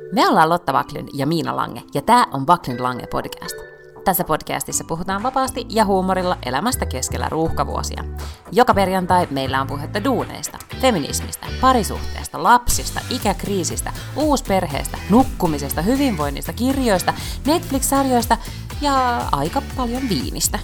Me ollaan Lotta Backlund ja Miina Lange, ja tää on Backlund Lange podcast. Tässä podcastissa puhutaan vapaasti ja huumorilla elämästä keskellä ruuhkavuosia. Joka perjantai meillä on puhetta duuneista, feminismistä, parisuhteesta, lapsista, ikäkriisistä, uusperheestä, nukkumisesta, hyvinvoinnista, kirjoista, Netflix-sarjoista ja aika paljon viinistä.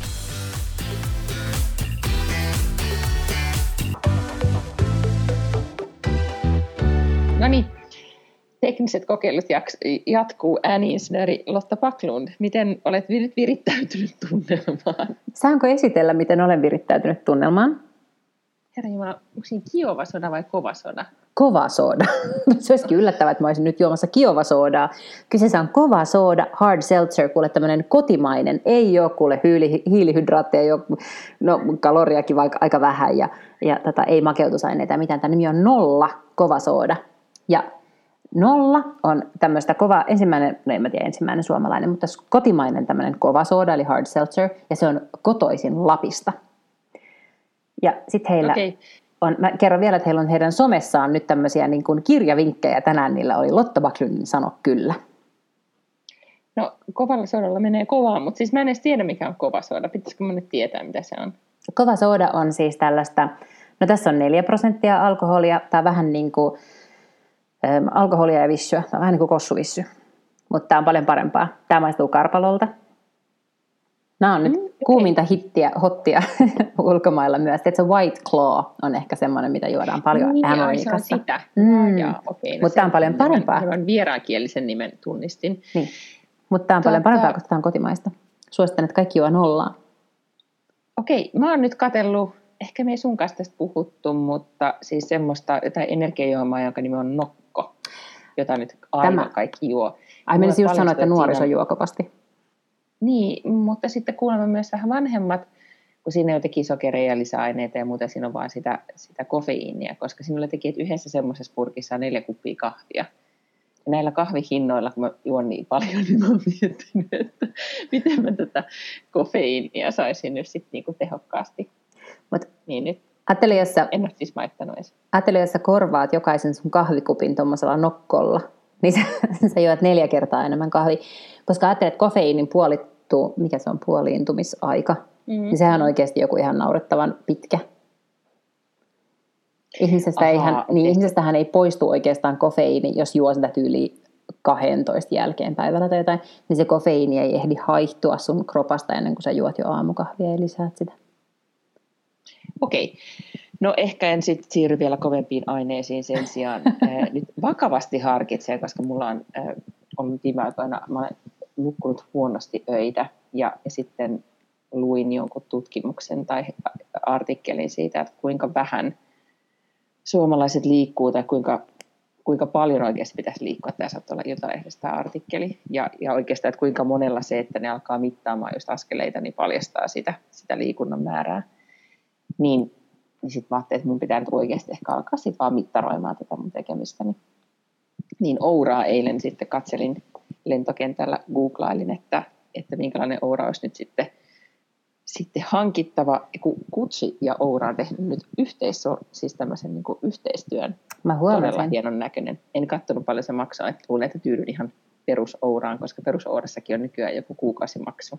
Noniin, tekniset kokeilut jatkuu ääni-insinööri Lotta Backlund. Miten olet virittäytynyt tunnelmaan? Saanko esitellä, miten olen virittäytynyt tunnelmaan? Herra Jumala, onko siinä Kiova soda vai kova soda? Kova sooda. Se olisikin yllättävää, että mä olisin nyt juomassa Kiova soodaa. Kyseessä on kova sooda, hard seltzer, kuule tämmöinen kotimainen. Ei ole kuule hiilihydraatteja, no kaloriakin vaikka aika vähän ja ei makeutusaineita ja mitään. Tämä nimi on Nolla kova sooda. Ja Nolla on tämmöistä ensimmäinen suomalainen, mutta kotimainen tämmöinen kova sooda, eli hard seltzer, ja se on kotoisin Lapista. Ja sitten heillä on, mä kerron vielä, että heillä on heidän somessaan nyt tämmöisiä niin kuin kirjavinkkejä tänään, niillä oli Lotta Backlundin Sano kyllä. No kovalla soodalla menee kovaa, mutta siis mä en edes tiedä mikä on kova sooda, pitäisikö mun nyt tietää mitä se on? Kova sooda on siis tällaista, no tässä on 4% alkoholia, tai vähän niin kuin alkoholia ja vissyä, tämä on vähän niin kuin kossuvissy, mutta tämä on paljon parempaa. Tämä maistuu karpalolta. Nämä on nyt kuuminta hottia ulkomailla myös. Se White Claw on ehkä semmoinen, mitä juodaan paljon Amerikassa. Se on sitä. Mutta tämä on paljon parempaa. Aivan vieraankielisen nimen tunnistin. Niin. Mutta tämä on paljon parempaa, koska tämä on kotimaista. Suosittelen, että kaikki juo nollaa. Okei, mä oon nyt katsellut, ehkä me ei sun kanssa tästä puhuttu, mutta siis semmoista jotain energiajuomaa, jonka nimi on Nokko, jota nyt aivan kaikki juo. Ai menisin just sanoa, että nuoriso juo kovasti. Niin, mutta sitten kuulemma myös vähän vanhemmat, kun siinä on jotenkin sokereja ja lisäaineita ja muuta, siinä on vaan sitä kofeiinia, koska sinulla teki, että yhdessä semmoisessa purkissa on 4 kuppia kahvia. Ja näillä kahvihinnoilla, kun mä juon niin paljon, niin mä oon miettinyt, että miten mä tätä kofeiinia saisin nyt sitten niinku tehokkaasti. Niin nyt en ole siis maittanut edes. Ajattele, jos sä korvaat jokaisen sun kahvikupin tuommoisella nokkolla, niin sä juot 4 kertaa enemmän kahvia. Koska ajattelet, että kofeiinin mikä se on puoliintumisaika, niin sehän on oikeasti joku ihan naurettavan pitkä. Ihmisestähän ei poistu oikeastaan kofeiini, jos juo sitä tyyliä 12 jälkeen päivällä tai jotain, niin se kofeiini ei ehdi haihtua sun kropasta ennen kuin sä juot jo aamukahvia ja lisäät sitä. Okei. No ehkä en sitten siirry vielä kovempiin aineisiin sen sijaan. Nyt vakavasti harkitsen, koska mulla on ollut viime aikoina, mä olen nukkunut huonosti öitä ja sitten luin jonkun tutkimuksen tai artikkelin siitä, että kuinka vähän suomalaiset liikkuu tai kuinka paljon oikeasti pitäisi liikkua. Tämä saattaa olla Iltalehdestä artikkeli. Ja oikeastaan, että kuinka monella se, että ne alkaa mittaamaan just askeleita, niin paljastaa sitä liikunnan määrää. Niin sitten mä ajattelin, että mun pitää nyt oikeasti ehkä alkaa sitten vaan mittaroimaan tätä mun tekemistäni. Niin Ouraa eilen sitten katselin lentokentällä, googlailin, että minkälainen Oura olisi nyt sitten hankittava. Kutsi ja Oura on tehnyt nyt siis tämmöisen niin kuin yhteistyön. Mä huomasin. Todella hienon näköinen. En katsonut paljon se maksaa, että luulen, että tyydyn ihan perus-Ouraan, koska perus-Ourassakin on nykyään joku kuukausimaksu.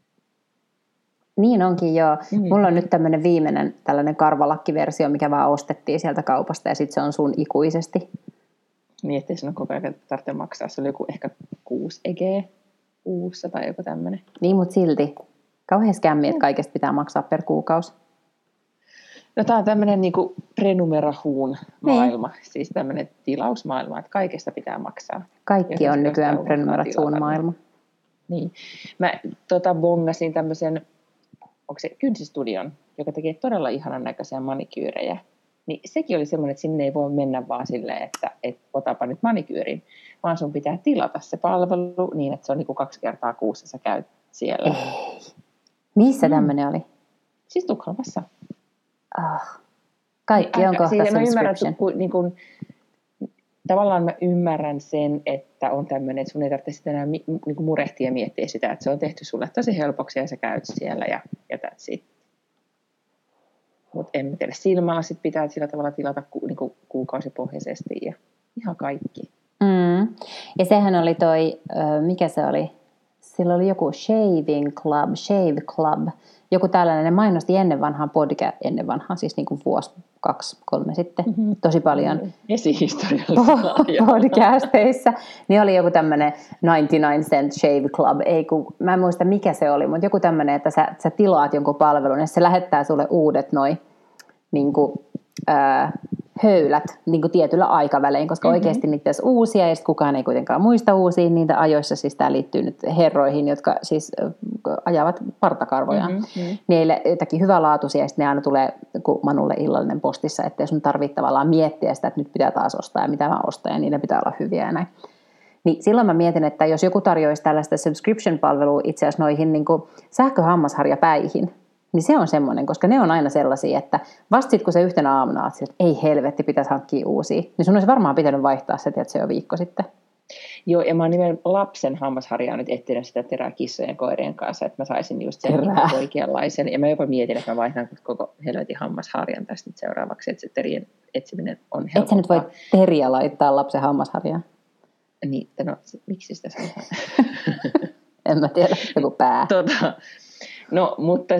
Niin onkin joo. Mulla on nyt tämmöinen viimeinen tällainen karvalakkiversio, mikä vaan ostettiin sieltä kaupasta ja sitten se on sun ikuisesti. Niin, ettei sinun koko ajan tarvitse maksaa. Se oli joku ehkä 6 EG kuussa tai joku tämmöinen. Niin, mutta silti. Kauhean skämmi, että kaikesta pitää maksaa per kuukausi. No tämä on tämmöinen niinku prenumerahuun maailma. Siis tämmöinen tilausmaailma, että kaikesta pitää maksaa. Kaikki on nykyään prenumerahuun maailma. Niin. Mä bongasin tämmöisen, onko se Kynsistudion, joka tekee todella ihanan näköisiä manikyyrejä. Niin sekin oli semmoinen, että sinne ei voi mennä vaan silleen, että otapa nyt manikyyrin, vaan sun pitää tilata se palvelu niin, että se on niin kuin 2 kertaa kuussa sä käyt siellä. Ei. Missä tämmöinen oli? Siis Tukholmassa. Kaikki on kohta subscription. Tavallaan mä ymmärrän sen, että on tämmöinen, että sun ei tarvitse sitten enää niinku murehtia ja miettiä sitä, että se on tehty sulle tosi helpoksi ja sä käyt siellä ja that's it. Mutta en tiedä, silmälasit pitää sillä tavalla tilata niinku kuukausipohjaisesti ja ihan kaikki. Mm-hmm. Ja sehän oli mikä se oli? Sillä oli joku Shave Club, joku tällainen, ne mainosti ennen vanhaa, siis niin kuin vuosi, 2, 3 sitten, tosi paljon podcasteissa, niin oli joku tämmöinen 99 cent Shave Club, mä en muista mikä se oli, mutta joku tämmöinen, että sä tilaat jonkun palvelun ja se lähettää sulle uudet niin kuin, höylät niin kuin tietyllä aikavälein, koska oikeasti niitä olisi uusia ja kukaan ei kuitenkaan muista uusia niitä ajoissa. Siis tämä liittyy nyt herroihin, jotka siis ajavat partakarvojaan. Niille jotakin hyvälaatuisia ja sitten ne aina tulee kun Manulle illallinen postissa, ettei sun tarvitse tavallaan miettiä sitä, että nyt pitää taas ostaa ja mitä mä ostan ja niillä pitää olla hyviä ja näin. Niin silloin mä mietin, että jos joku tarjoaisi tällaista subscription-palvelua itse asiassa noihin niin kuin sähköhammasharjapäihin, niin se on semmoinen, koska ne on aina sellaisia, että vasta sit kun se yhtenä aamuna olet että ei helvetti, pitäisi hankkia uusia, niin sun olisi varmaan pitänyt vaihtaa se, että se jo viikko sitten. Joo, ja mä oon nimenomaan lapsen hammasharjaa nyt etsinyt sitä terää kissojen ja koirien kanssa, että mä saisin just sen oikeanlaisen. Ja mä jopa mietin, että mä vaihdan koko helvetin hammasharjan tästä nyt seuraavaksi, että se terien etsiminen on helpompaa. Et sä nyt voi teriä laittaa lapsen hammasharjaan? Niin, no miksi sitä sanotaan? En mä tiedä, joku pää. No, mutta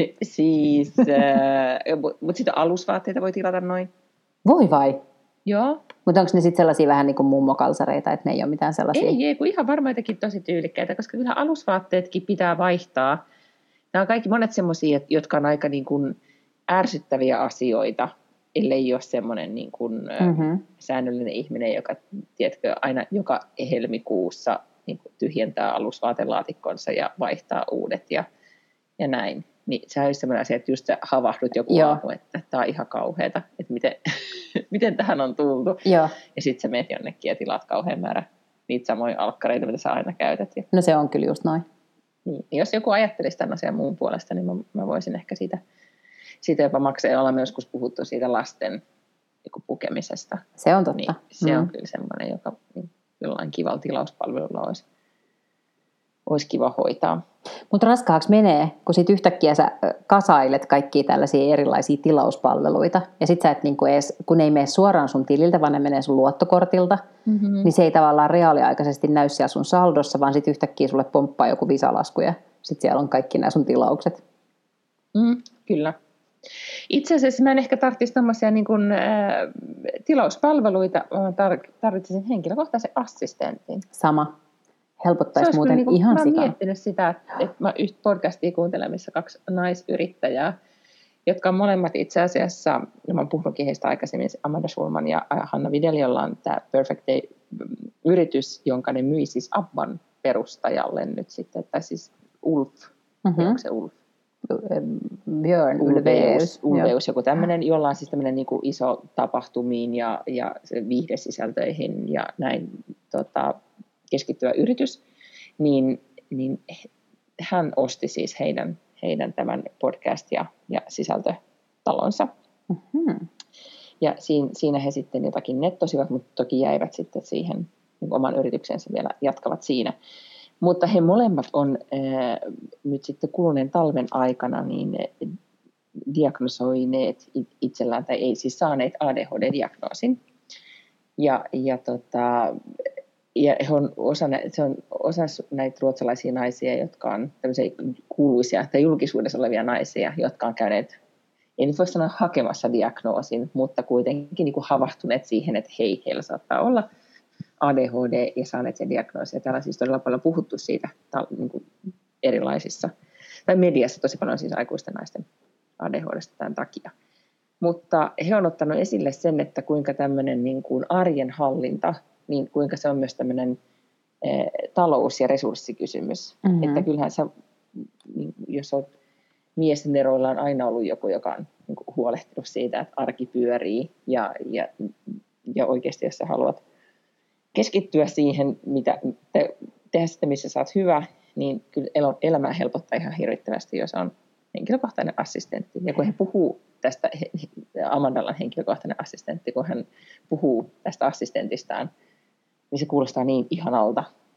mutta sitten alusvaatteita voi tilata noin. Voi vai? Joo. Mutta onko ne sitten sellaisia vähän niin kuin mummokalsareita, että ne ei ole mitään sellaisia? Ei, kun ihan varmaan jotenkin tosi tyylikkäitä, koska kyllä alusvaatteetkin pitää vaihtaa. Nämä on kaikki monet semmoisia, jotka on aika niin kuin ärsyttäviä asioita, ellei ole semmoinen niin kuin säännöllinen ihminen, joka tiedätkö, aina joka helmikuussa niin kuin tyhjentää alusvaatelaatikkonsa ja vaihtaa uudet ja näin. Niin se olisi sellainen asia, että just sä havahdut joku aamu, että tämä on ihan kauheata, että miten tähän on tultu. Joo. Ja sitten sä menet jonnekin ja tilaat kauhean määrä niitä samoja alkkareita, mitä sä aina käytät. No se on kyllä just noin. Niin. Jos joku ajattelisi tämän asian muun puolesta, niin mä voisin ehkä siitä jopa maksaa. Ja ollaan joskus puhuttu siitä lasten pukemisesta. Se on totta. Niin se on kyllä semmoinen, joka niin, jollain kivalla tilauspalvelulla olisi kiva hoitaa. Mutta raskaaksi menee, kun sit yhtäkkiä sä kasailet kaikkia tällaisia erilaisia tilauspalveluita, ja sit sä et niinku edes, kun ne ei mene suoraan sun tililtä, vaan ne menee sun luottokortilta, niin se ei tavallaan reaaliaikaisesti näy siellä sun saldossa, vaan sit yhtäkkiä sulle pomppaa joku visalasku, ja sit siellä on kaikki nämä sun tilaukset. Kyllä. Itse asiassa mä en ehkä tarvitsisi tämmöisiä niin kuin, tilauspalveluita, vaan tarvitsisin henkilökohtaisen assistentin. Sama. Helpottaisi muuten niin kuin, ihan sikaa. Mä oon miettinyt sitä, että mä yhtä podcastia kuuntelen, missä 2 naisyrittäjää, jotka on molemmat itse asiassa, mä oon puhunutkin heistä aikaisemmin, Amanda Schulman ja Hanna Videl, jolla on tämä Perfect Day-yritys, jonka ne myi siis Abban perustajalle nyt sitten, tai siis Ulf, onko se Ulf? Björn Ulveus, joku tämmöinen, jolla on siis tämmöinen niin kuin iso tapahtumiin ja viihdesisältöihin ja näin keskittyvä yritys, niin hän osti siis heidän tämän podcast- ja sisältötalonsa. Ja siinä he sitten jotakin nettosivat, mutta toki jäivät sitten siihen niin oman yrityksensä vielä jatkavat siinä. Mutta he molemmat on nyt sitten kuluneen talven aikana niin diagnosoineet itsellään, tai ei siis saaneet ADHD-diagnoosin. Ja he on se on osa näitä ruotsalaisia naisia, jotka on tämmöisiä kuuluisia tai julkisuudessa olevia naisia, jotka on käyneet, ei nyt voi sanoa hakemassa diagnoosin, mutta kuitenkin niin kuin havahtuneet siihen, että hei, heillä saattaa olla ADHD ja saaneet sen diagnoosin. Ja täällä on siis todella paljon puhuttu siitä niin kuin erilaisissa, tai mediassa tosi paljon siis aikuisten naisten ADHDsta tämän takia. Mutta he on ottanut esille sen, että kuinka tämmöinen niin kuin arjen hallinta, niin kuinka se on myös tämmöinen talous- ja resurssikysymys. Että kyllähän sä, niin, jos olet mies, niin eroilla on aina ollut joku, joka on niin kuin huolehtinut siitä, että arki pyörii. Ja oikeasti, jos sä haluat keskittyä siihen, tehdä sitä, missä sä oot hyvä, niin kyllä elämää helpottaa ihan hirvittävästi, jos on henkilökohtainen assistentti. Ja kun he puhuu tästä, Amandallan henkilökohtainen assistentti, kun hän puhuu tästä assistentistaan, niin se kuulostaa niin ihanalta.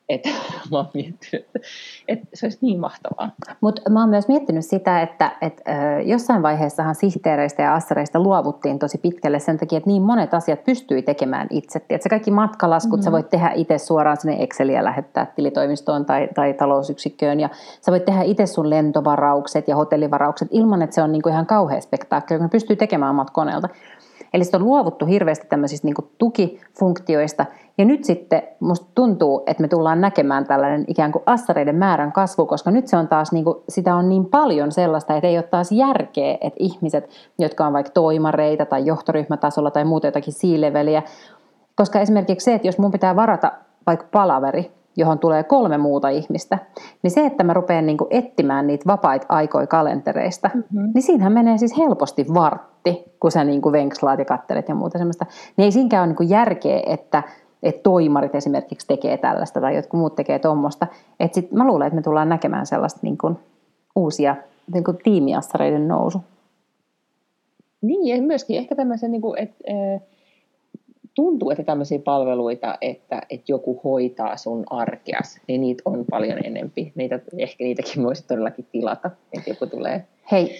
Että mä oon miettinyt, että se olisi niin mahtavaa. Mutta mä oon myös miettinyt sitä, että jossain vaiheessahan sihteereistä ja assareista luovuttiin tosi pitkälle sen takia, että niin monet asiat pystyi tekemään itse. Että kaikki matkalaskut sä voit tehdä itse suoraan sinne Exceliä lähettää tilitoimistoon tai talousyksikköön. Ja sä voit tehdä itse sun lentovaraukset ja hotellivaraukset ilman, että se on niinku ihan kauhea spektaakkeli, kun pystyy tekemään omat koneelta. Eli sitten on luovuttu hirveästi tämmöisistä niinku tukifunktioista. Ja nyt sitten musta tuntuu, että me tullaan näkemään tällainen ikään kuin assareiden määrän kasvu, koska nyt se on taas, niinku, sitä on niin paljon sellaista, että ei ole taas järkeä, että ihmiset, jotka on vaikka toimareita tai johtoryhmätasolla tai muuta jotakin C-leveliä, koska esimerkiksi se, että jos mun pitää varata vaikka palaveri, johon tulee 3 muuta ihmistä, niin se, että mä rupean niinku etsimään niitä vapaita aikoja kalentereista, niin siinähän menee siis helposti vartti, kun sä niinku venkslaat ja kattelet ja muuta semmoista. Niin ei siinäkään ole niinku järkeä, että toimarit esimerkiksi tekee tällaista tai jotkut muut tekee tuommoista. Mä luulen, että me tullaan näkemään sellaista niinku uusia niinku tiimiassareiden nousu. Niin, ja myöskin ehkä tämmöisen, niinku, että tuntuu, että tämmöisiä palveluita, että joku hoitaa sun arkeas, niin niitä on paljon enempi. Ehkä niitäkin voisi todellakin tilata, että joku tulee. Hei,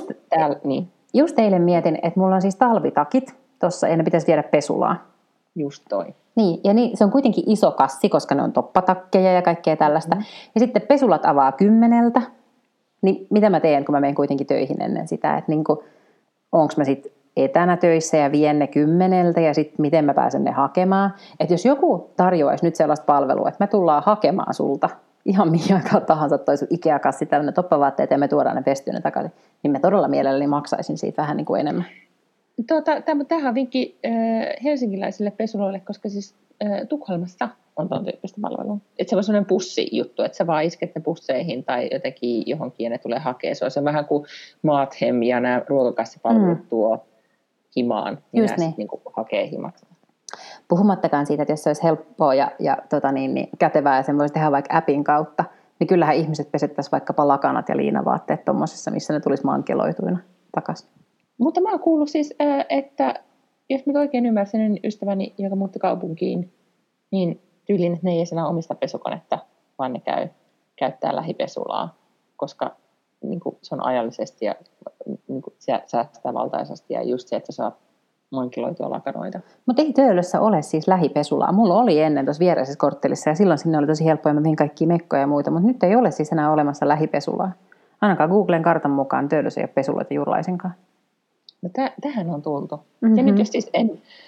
just eilen mietin, että mulla on siis talvitakit tuossa ja ne pitäisi viedä pesulaan. Just toi. Niin, ja se on kuitenkin iso kassi, koska ne on toppatakkeja ja kaikkea tällaista. Ja sitten pesulat avaa 10. Niin mitä mä teen, kun mä menen kuitenkin töihin ennen sitä, että niinku, onko mä sitten etänä töissä ja vien ne 10 ja sitten miten mä pääsen ne hakemaan. Että jos joku tarjoaisi nyt sellaista palvelua, että me tullaan hakemaan sulta ihan mihin aikaan tahansa toi sun Ikea-kassi tämmöinen toppavaatteet ja me tuodaan ne pestyynä takaisin, niin mä todella mielelläni maksaisin siitä vähän niin kuin enemmän. Tähän on vinkki helsinkiläisille pesuloille, koska siis Tukholmassa on tuon tyyppistä palvelua. Että se on sellainen pussijuttu, että sä vaan isket ne pusseihin tai jotenkin johonkin ja ne tulee hakea. Se on vähän kuin Mathem ja nämä ruokakassipalvelut tuo himaan, niin nämä sitten niin hakee himaksi. Puhumattakaan siitä, että jos se olisi helppoa ja kätevää ja sen voisi tehdä vaikka appin kautta, niin kyllähän ihmiset pesettäisiin vaikkapa lakanat ja liinavaatteet tuommoisessa, missä ne tulisi mankeloituina takaisin. Mutta mä oon kuullut siis, että jos mä oikein ymmärsin, niin ystäväni, joka muutti kaupunkiin, niin tyylin, että ne ei enää omista pesukonetta, vaan ne käyttää lähipesulaa, koska niin kuin, se on ajallisesti ja niin kuin, se säästää valtaisasti ja just se, että saa mankiloitua lakanoita. Mutta ei Töölössä ole siis lähipesulaa. Mulla oli ennen tuossa viereisessä korttelissa ja silloin sinne oli tosi helppoa ja mä vein kaikkia mekkoja ja muita, mutta nyt ei ole siis enää olemassa lähipesulaa. Ainakaan Googlen kartan mukaan Töölössä ei ole pesuloita juuri laisinkaan. No tähän on tultu. Ja nyt jos siis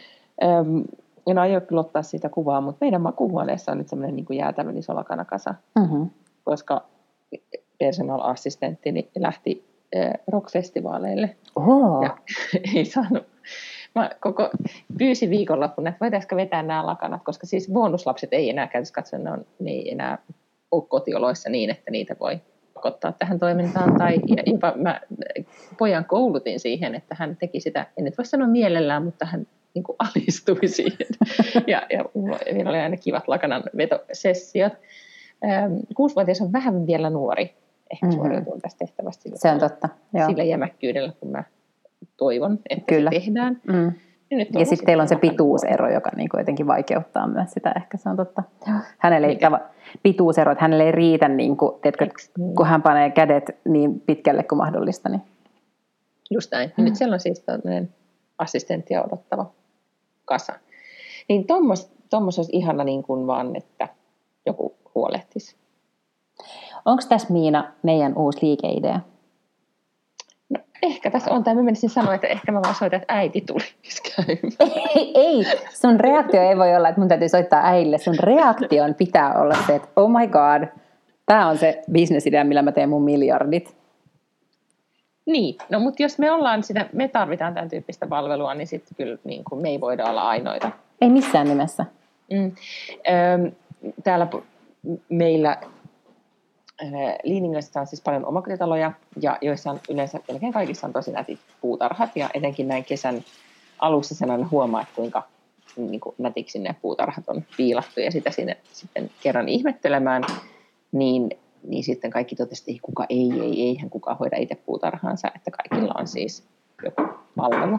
en aio kyllä ottaa siitä kuvaa, mutta meidän makuuhuoneessa on nyt semmoinen niin kuin jäätävän iso lakanakasa, koska personal assistenttini lähti rockfestivaaleille ja ei saanut. Mä pyysin viikonloppuna, että voitaisiinko vetää nämä lakanat, koska siis bonuslapset ei enää käytössä katsoa, ne ei enää ole kotioloissa niin, että niitä voi pakottaa tähän toimintaan. Tai jopa mä pojan koulutin siihen, että hän teki sitä, en nyt voi sanoa mielellään, mutta hän niin kuin alistui siihen. ja vielä oli aina kivat lakanan vetosessiot. 6-vuotias on vähän vielä nuori. Ehkä suoriutuu tästä tehtävästä sillä, se on totta, sillä jämäkkyydellä, kun mä toivon, että se tehdään. Ja sitten teillä on se pituusero, joka niin jotenkin vaikeuttaa myös sitä, ehkä se on totta. Hänelle ei pituusero, että hänelle ei riitä, niin kuin, tiedätkö, kun hän panee kädet niin pitkälle kuin mahdollista. Niin. Just näin. Nyt siellä on siis assistenttia odottava kasa. Niin tommos olisi ihana niin kuin vaan, että joku huolehtisi. Onko tässä, Miina, meidän uusi liikeidea? No, ehkä tässä on. Tai mä menisin sanoa, että ehkä mä vaan soitan, että äiti tuli käymään. Ei. Sun reaktio ei voi olla, että mun täytyy soittaa äidille. Sun reaktion pitää olla se, että oh my god, tää on se bisnesidea, millä mä teen mun miljardit. Niin, no mutta jos me tarvitaan tämän tyyppistä palvelua, niin sitten kyllä niin kuin me ei voida olla ainoita. Ei missään nimessä. Täällä meillä Liiningössä on siis paljon omakotitaloja, ja joissa on yleensä, melkein kaikissa on tosi nätit puutarhat, ja etenkin näin kesän alussa sen aina huomaa, että kuinka niin kuin nätiksi ne puutarhat on piilattu, ja sitä sinne sitten kerran ihmettelemään, niin sitten kaikki totesi, että eihän kukaan hoida itse puutarhaansa, että kaikilla on siis joku palvelu.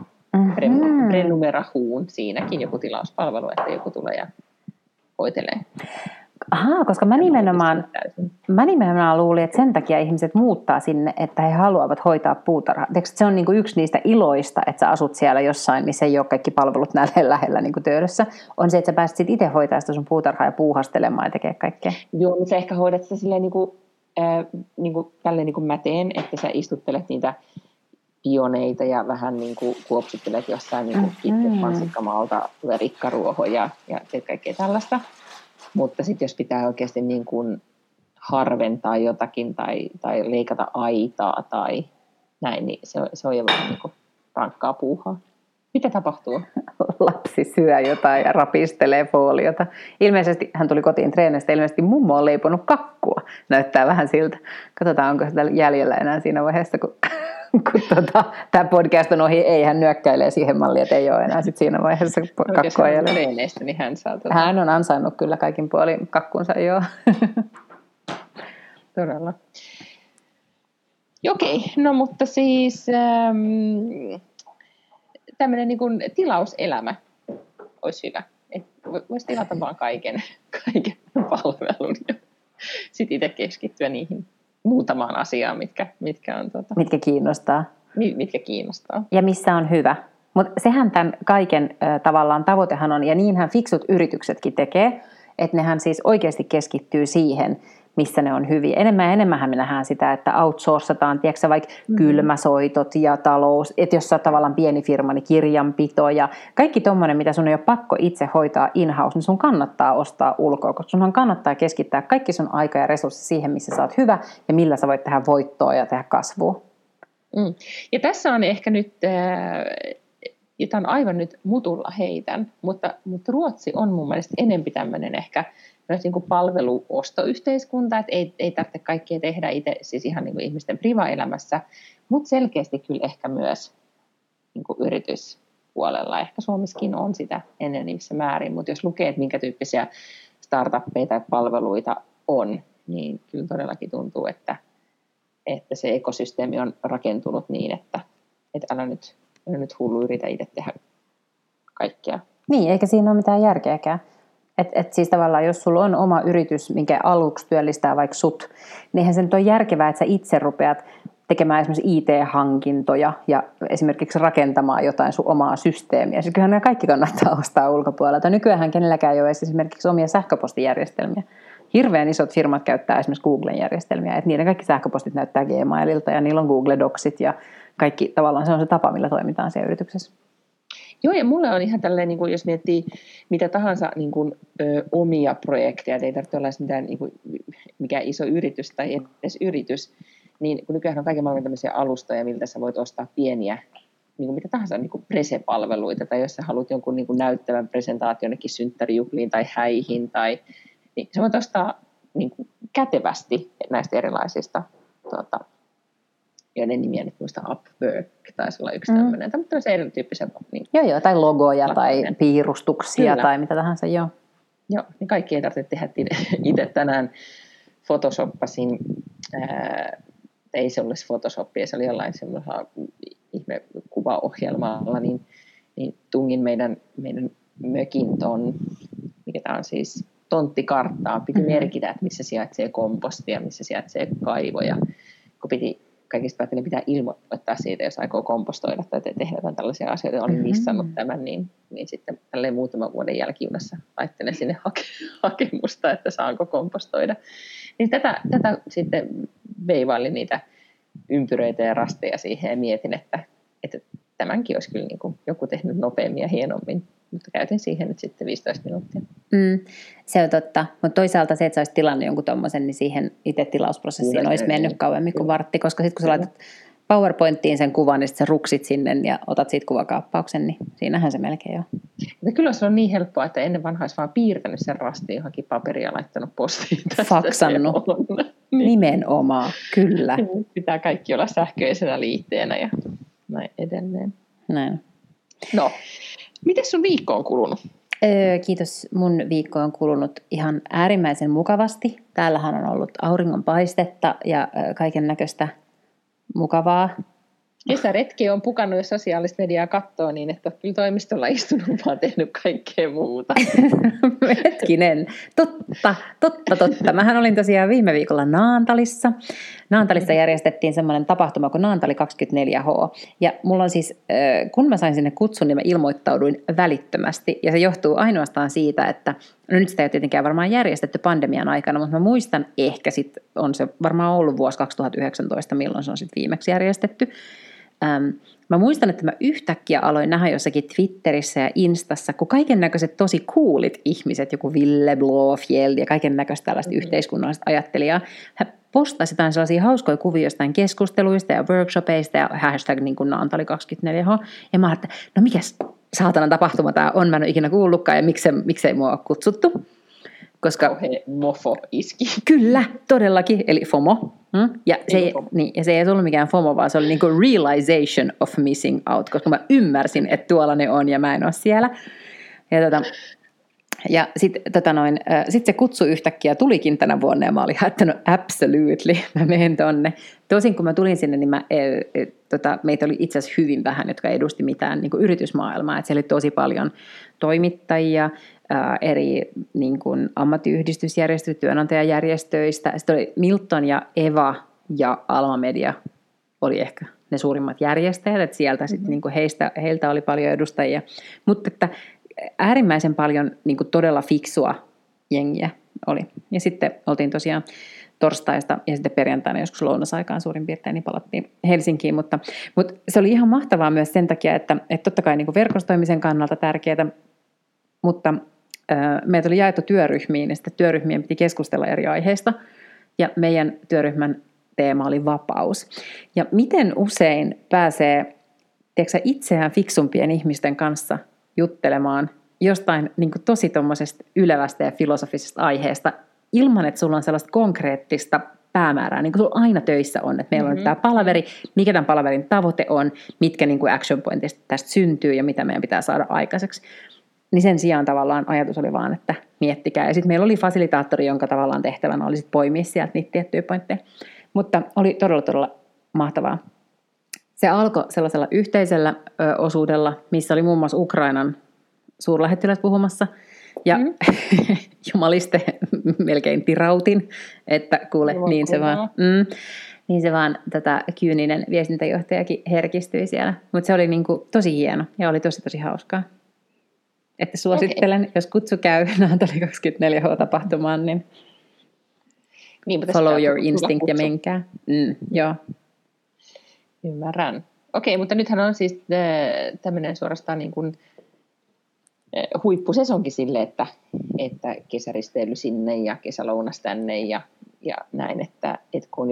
Prenumerahuun siinäkin joku tilauspalvelu, että joku tulee ja hoitelee. koska mä nimenomaan luulin, että sen takia ihmiset muuttaa sinne, että he haluavat hoitaa puutarhaa. Se on niin kuin yksi niistä iloista, että sä asut siellä jossain, missä ei ole kaikki palvelut näin lähellä niin kuin Töölössä. On se, että sä pääset itse hoitaa sitä sun puutarhaa ja puuhastelemaan ja tekee kaikkea. Joo, mutta sä ehkä hoidat sitä silleen tälleen niin kuin mä teen, että sä istuttelet niitä pioneita ja vähän niin kuin kuopsuttelet jossain niin kuin mansikkamaalta rikkaruohoja ja teet kaikkea tällaista. Mutta sitten jos pitää oikeasti niin kuin harventaa jotakin tai leikata aitaa tai näin, niin se on jo vähän niin kuin rankkaa puuhaa. Mitä tapahtuu? Lapsi syö jotain ja rapistelee fooliota. Ilmeisesti hän tuli kotiin treenistä, ilmeisesti mummo on leiponut kakkua. Näyttää vähän siltä. Katsotaan, onko sitä jäljellä enää siinä vaiheessa, kun tämä podcast on ohi. Ei, hän nyökkäilee siihen malliin, että ei ole enää sit siinä vaiheessa kakkua jäljellä. Treeneistä, niin hän on ansainnut kyllä kaikin puolin kakkunsa, joo. Todella. Okei, no mutta siis tämmöinen niin kuin tilauselämä olisi hyvä. Voisi tilata vaan kaiken palvelun ja sitten itse keskittyä niihin muutamaan asiaan, mitkä on mitkä kiinnostaa. Mitkä kiinnostaa. Ja missä on hyvä. Mutta sehän tämän kaiken tavallaan tavoitehan on, ja niinhän fiksut yrityksetkin tekee, että nehän siis oikeasti keskittyy siihen, missä ne on hyviä. Enemmän ja enemmän me nähdään sitä, että outsourcataan, tiedätkö vaikka kylmäsoitot ja talous, että jos sä oot tavallaan pieni firma, niin kirjanpito ja kaikki tommoinen, mitä sun ei ole pakko itse hoitaa in-house, niin sun kannattaa ostaa ulkoa, koska sunhan kannattaa keskittää kaikki sun aika ja resurssi siihen, missä sä oot hyvä ja millä sä voit tehdä voittoa ja tehdä kasvua. Ja tässä on ehkä nyt, jota on aivan nyt mutulla heitän, mutta Ruotsi on mun mielestä enemmän tämmöinen ehkä niin kuin palveluostoyhteiskunta, että ei tarvitse kaikkea tehdä itse, siis ihan niin kuin ihmisten priva-elämässä, mutta selkeästi kyllä ehkä myös niin kuin yrityspuolella. Ehkä Suomessakin on sitä enenevissä määrin, mutta jos lukee, että minkä tyyppisiä startuppeja tai palveluita on, niin kyllä todellakin tuntuu, että se ekosysteemi on rakentunut niin, että älä nyt hullu yritä itse tehdä kaikkea. Niin, eikä siinä ole mitään järkeäkään. Et siis tavallaan, jos sulla on oma yritys, minkä aluksi työllistää vaikka sut, niin eihän se nyt ole järkevää, että sä itse rupeat tekemään esimerkiksi IT-hankintoja ja esimerkiksi rakentamaan jotain sun omaa systeemiä. Siis kyllähän nämä kaikki kannattaa ostaa ulkopuolelta. Nykyään kenelläkään ei ole esimerkiksi omia sähköpostijärjestelmiä. Hirveän isot firmat käyttää esimerkiksi Googlen järjestelmiä, että niiden kaikki sähköpostit näyttää Gmaililta ja niillä on Google Docsit ja kaikki tavallaan se on se tapa, millä toimitaan siellä yrityksessä. Joo, ja mulle on ihan tälleen, niin kuin jos miettii mitä tahansa niin kuin, omia projekteja, ei tarvitse olla mitään niin kuin, mikään iso yritys tai edes yritys, niin kun nykyään on kaiken maailman tämmöisiä alustoja, miltä sä voit ostaa pieniä, niin kuin mitä tahansa niin kuin presepalveluita, tai jos sä haluat jonkun niin kuin näyttävän presentaation jonnekin synttärijuhliin tai häihin, niin sä voit ostaa niin kuin kätevästi näistä erilaisista joiden nimiä nyt muista Upwork taisi olla yksi tämmöinen, tämmöisiä erityyppisiä. Niin, joo, tai logoja tai piirustuksia tai mitä tahansa, joo. Joo, niin kaikki ei tarvitse tehdä itse tänään Photoshopasin, ei se olisi Photoshopia, se oli jollain semmoisella ihme kuvaohjelmalla, niin tungin meidän mökin ton, mikä tämä on siis tonttikarttaa, piti merkitä, että missä sijaitsee kompostia, missä sijaitsee kaivoja, kun kaikista päätellen pitää ilmoittaa siitä, jos aikoo kompostoida tai tehdä jotain tällaisia asioita. Olin missannut tämän, niin sitten tälleen muutaman vuoden jälkijunassa laittelen sinne hakemusta, että saanko kompostoida. Niin tätä sitten veivailin niitä ympyröitä ja rasteja siihen ja mietin, että tämänkin olisi kyllä niin kuin joku tehnyt nopeammin ja hienommin. Mutta käytin siihen nyt sitten 15 minuuttia. Se on totta, mutta toisaalta se, että sä olisit tilannut jonkun tommosen, niin siihen itse tilausprosessiin olisi mennyt kauemmin kuin vartti, koska sitten kun sä laitat PowerPointtiin sen kuvan, niin sitten sä ruksit sinne ja otat siitä kuvakaappauksen, niin siinähän se melkein on. Mutta kyllä se on niin helppoa, että ennen vanha olisi vaan piirtänyt sen rastiin johonkin paperia ja laittanut postiin. Faksannut. Niin. Nimenomaan, kyllä. Pitää kaikki olla sähköisenä liitteenä ja näin edelleen. Näin. No, miten sun viikko on kulunut? Kiitos. Mun viikko on kulunut ihan äärimmäisen mukavasti. Täällähän on ollut auringonpaistetta ja kaiken näköistä mukavaa. kesäretki on pukannut, jos sosiaalista mediaa katsoo, niin että kyllä toimistolla istunut, vaan tehnyt kaikkea muuta. Hetkinen, totta. Mähän olin tosiaan viime viikolla Naantalissa. Naantalissa järjestettiin semmoinen tapahtuma kuin Naantali 24H. Ja mulla on siis, kun mä sain sinne kutsun, niin mä ilmoittauduin välittömästi. Ja se johtuu ainoastaan siitä, että no nyt sitä ei ole tietenkään varmaan järjestetty pandemian aikana, mutta mä muistan ehkä sitten, on se varmaan ollut vuosi 2019, milloin se on sitten viimeksi järjestetty. Mä muistan, että mä yhtäkkiä aloin nähdä jossakin Twitterissä ja Instassa, kun kaiken näköiset tosi coolit ihmiset, joku Ville Blofeld ja kaiken näköistä tällaista yhteiskunnallista ajattelijaa, he postasivat jotain sellaisia hauskoja kuvia jostain keskusteluista ja workshopeista ja hashtag niin kuin Naantali 24H. Ja mä ajattelin, no mikäs saatanan tapahtuma tämä on, mä en ole ikinä kuullutkaan ja miksei mua ole kutsuttu. Koska mofo iski. Kyllä, todellakin, eli FOMO. Ja se ei ollut mikään FOMO, vaan se oli niinku realization of missing out, koska mä ymmärsin, että tuolla ne on ja mä en ole siellä. Ja sitten se kutsu yhtäkkiä tulikin tänä vuonna ja mä olin ajattanut absolutely, mä menen tonne. Tosin kun mä tulin sinne, niin meitä oli itse asiassa hyvin vähän, jotka edusti mitään niin kuin yritysmaailmaa. Että siellä oli tosi paljon toimittajia, eri niin kuin ammattiyhdistysjärjestöistä, työnantajajärjestöistä. Sitten oli Milton ja Eva ja Alma Media oli ehkä ne suurimmat järjestäjät, että sieltä sitten niin kuin heiltä oli paljon edustajia. Mutta että äärimmäisen paljon niin kuin todella fiksua jengiä oli. Ja sitten oltiin tosiaan torstaista ja sitten perjantaina joskus lounasaikaan suurin piirtein, niin palattiin Helsinkiin. Mutta se oli ihan mahtavaa myös sen takia, että totta kai niin kuin verkostoimisen kannalta tärkeää, mutta meitä oli jaettu työryhmiin ja sitten työryhmien piti keskustella eri aiheista. Ja meidän työryhmän teema oli vapaus. Ja miten usein pääsee itseään fiksumpien ihmisten kanssa juttelemaan jostain niin kuin tosi tuommoisesta ylevästä ja filosofisesta aiheesta ilman, että sulla on sellaista konkreettista päämäärää, niin kuin sulla aina töissä on, että meillä on nyt tämä palaveri, mikä tämän palaverin tavoite on, mitkä niin kuin action pointista tästä syntyy ja mitä meidän pitää saada aikaiseksi. Niin sen sijaan tavallaan ajatus oli vaan, että miettikää. Ja sitten meillä oli fasilitaattori, jonka tavallaan tehtävänä oli sit poimia sieltä niitä tiettyjä pointteja. Mutta oli todella mahtavaa. Se alkoi sellaisella yhteisellä osuudella, missä oli muun muassa Ukrainan suurlähettiläs puhumassa. Ja jumaliste melkein tirautin, että kuule, niin se vaan tätä kyyninen viestintäjohtajakin herkistyi siellä. Mutta se oli niinku tosi hieno ja oli tosi hauskaa. Että suosittelen, jos kutsu käy Naantali 24H-tapahtumaan, niin follow your instinct ja menkää. Joo. Ymmärrän. Okei, mutta nythän on siis tämmöinen suorastaan niin kuin huippusesonkin sille, että kesäristeily sinne ja kesälounas tänne ja näin, että kun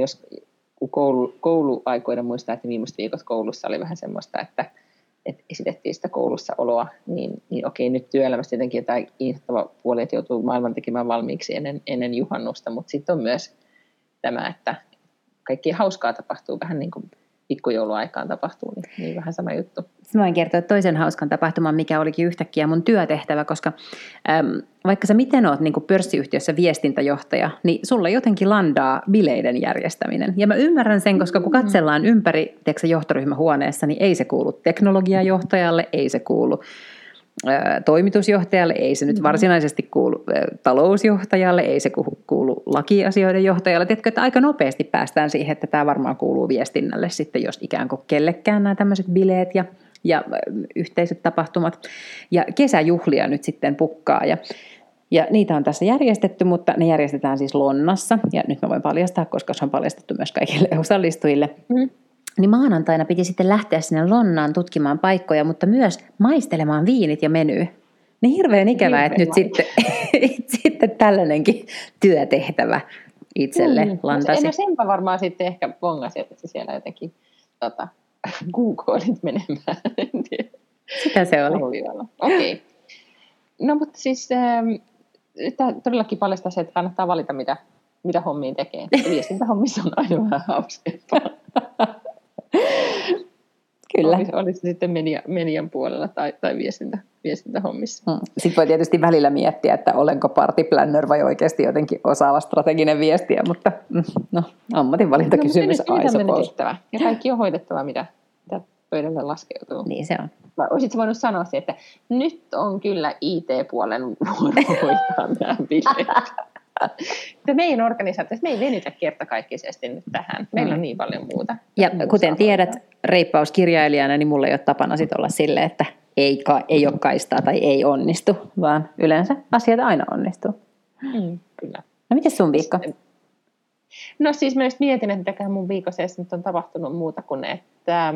kouluaikoina muistaa, että viimeiset viikot koulussa oli vähän semmoista, että esitettiin sitä koulussa oloa, niin okei, nyt työelämässä tietenkin jotain inhottava puoli, että joutuu maailman tekemään valmiiksi ennen juhannusta, mutta sitten on myös tämä, että kaikki hauskaa tapahtuu vähän niin kuin pikkujouluaikaan tapahtuu, niin vähän sama juttu. Mä voin kertoa toisen hauskan tapahtuman, mikä olikin yhtäkkiä mun työtehtävä, koska vaikka sä miten oot niin kuin pörssiyhtiössä viestintäjohtaja, niin sulla jotenkin landaa bileiden järjestäminen. Ja mä ymmärrän sen, koska kun katsellaan ympäri johtoryhmähuoneessa, niin ei se kuulu teknologiajohtajalle, ei se kuulu toimitusjohtajalle, ei se nyt varsinaisesti kuulu talousjohtajalle, ei se kuulu lakiasioiden johtajalle. Tiedätkö, että aika nopeasti päästään siihen, että tämä varmaan kuuluu viestinnälle sitten, jos ikään kuin kellekään nämä tämmöiset bileet ja yhteiset tapahtumat. Ja kesäjuhlia nyt sitten pukkaa ja niitä on tässä järjestetty, mutta ne järjestetään siis Lonnassa. Ja nyt mä voin paljastaa, koska se on paljastettu myös kaikille osallistujille. Niin maanantaina piti sitten lähteä sinne Lonnaan tutkimaan paikkoja, mutta myös maistelemaan viinit ja menyä. Niin hirveän ikävää, että nyt sitten tällainenkin työtehtävä itselle lantasi. No senpä varmaan sitten ehkä bongasi, että se siellä jotenkin googlit menemään. En tiedä. Sitä se oli. Okei. No mutta siis tämä todellakin paljastaa se, että kannattaa valita, mitä hommiin tekee. Viestintähommissa on aina vähän hauskempaa. Kyllä. Olisi se sitten median puolella tai viestintähommissa. Sitten voi tietysti välillä miettiä, että olenko party planner vai oikeasti jotenkin osaava strateginen viestiä, mutta ammatinvalintakysymys I suppose. Ja kaikki on hoidettava, pöydälle laskeutuu. Niin se on. Vai olisitko voinut sanoa se, että nyt on kyllä IT-puolen vuoro hoitaa nämä bileet. Meidän organisaatiossa me ei venytä kertakaikkisesti nyt tähän. Meillä on niin paljon muuta. Ja kuten tiedät, reippauskirjailijana, niin mulla ei ole tapana sit olla silleen, että ei ole kaistaa tai ei onnistu, vaan yleensä asiat aina onnistuu. Kyllä. No miten sun viikko? No siis mä just mietin, että mitäköhän mun viikossa nyt on tapahtunut muuta kuin, että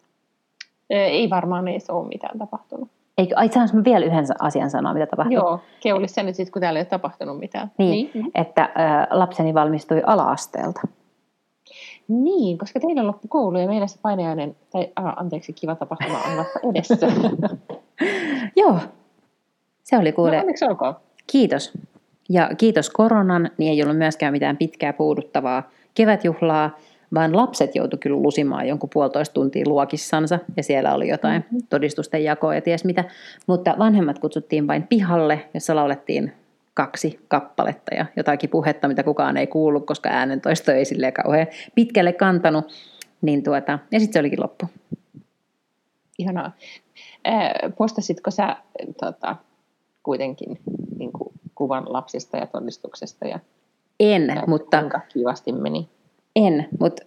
ei varmaan edes ole mitään tapahtunut. Saanko mä vielä yhden asian sanoa, mitä tapahtuu? Joo, keulisi se nyt sitten, kun täällä ei ole tapahtunut mitään. Niin. Että lapseni valmistui ala-asteelta. Niin, koska teillä loppu koulu ja meillä se painajainen, kiva tapahtuma on vasta edessä. Joo, se oli kuule. No onneksi olkoon. Kiitos. Ja kiitos koronan, niin ei ollut myöskään mitään pitkää puuduttavaa kevätjuhlaa, vaan lapset joutui kyllä lusimaan jonkun 1,5 tuntia luokissansa, ja siellä oli jotain todistusten jakoa ja ties mitä. Mutta vanhemmat kutsuttiin vain pihalle, jossa laulettiin 2 kappaletta ja jotakin puhetta, mitä kukaan ei kuullut, koska äänentoisto ei silleen kauhean pitkälle kantanut. Niin ja sitten se olikin loppu. Ihanaa. Postasitko sä kuitenkin niin kuin kuvan lapsista ja todistuksesta? Mutta kuinka kivasti meni? Mutta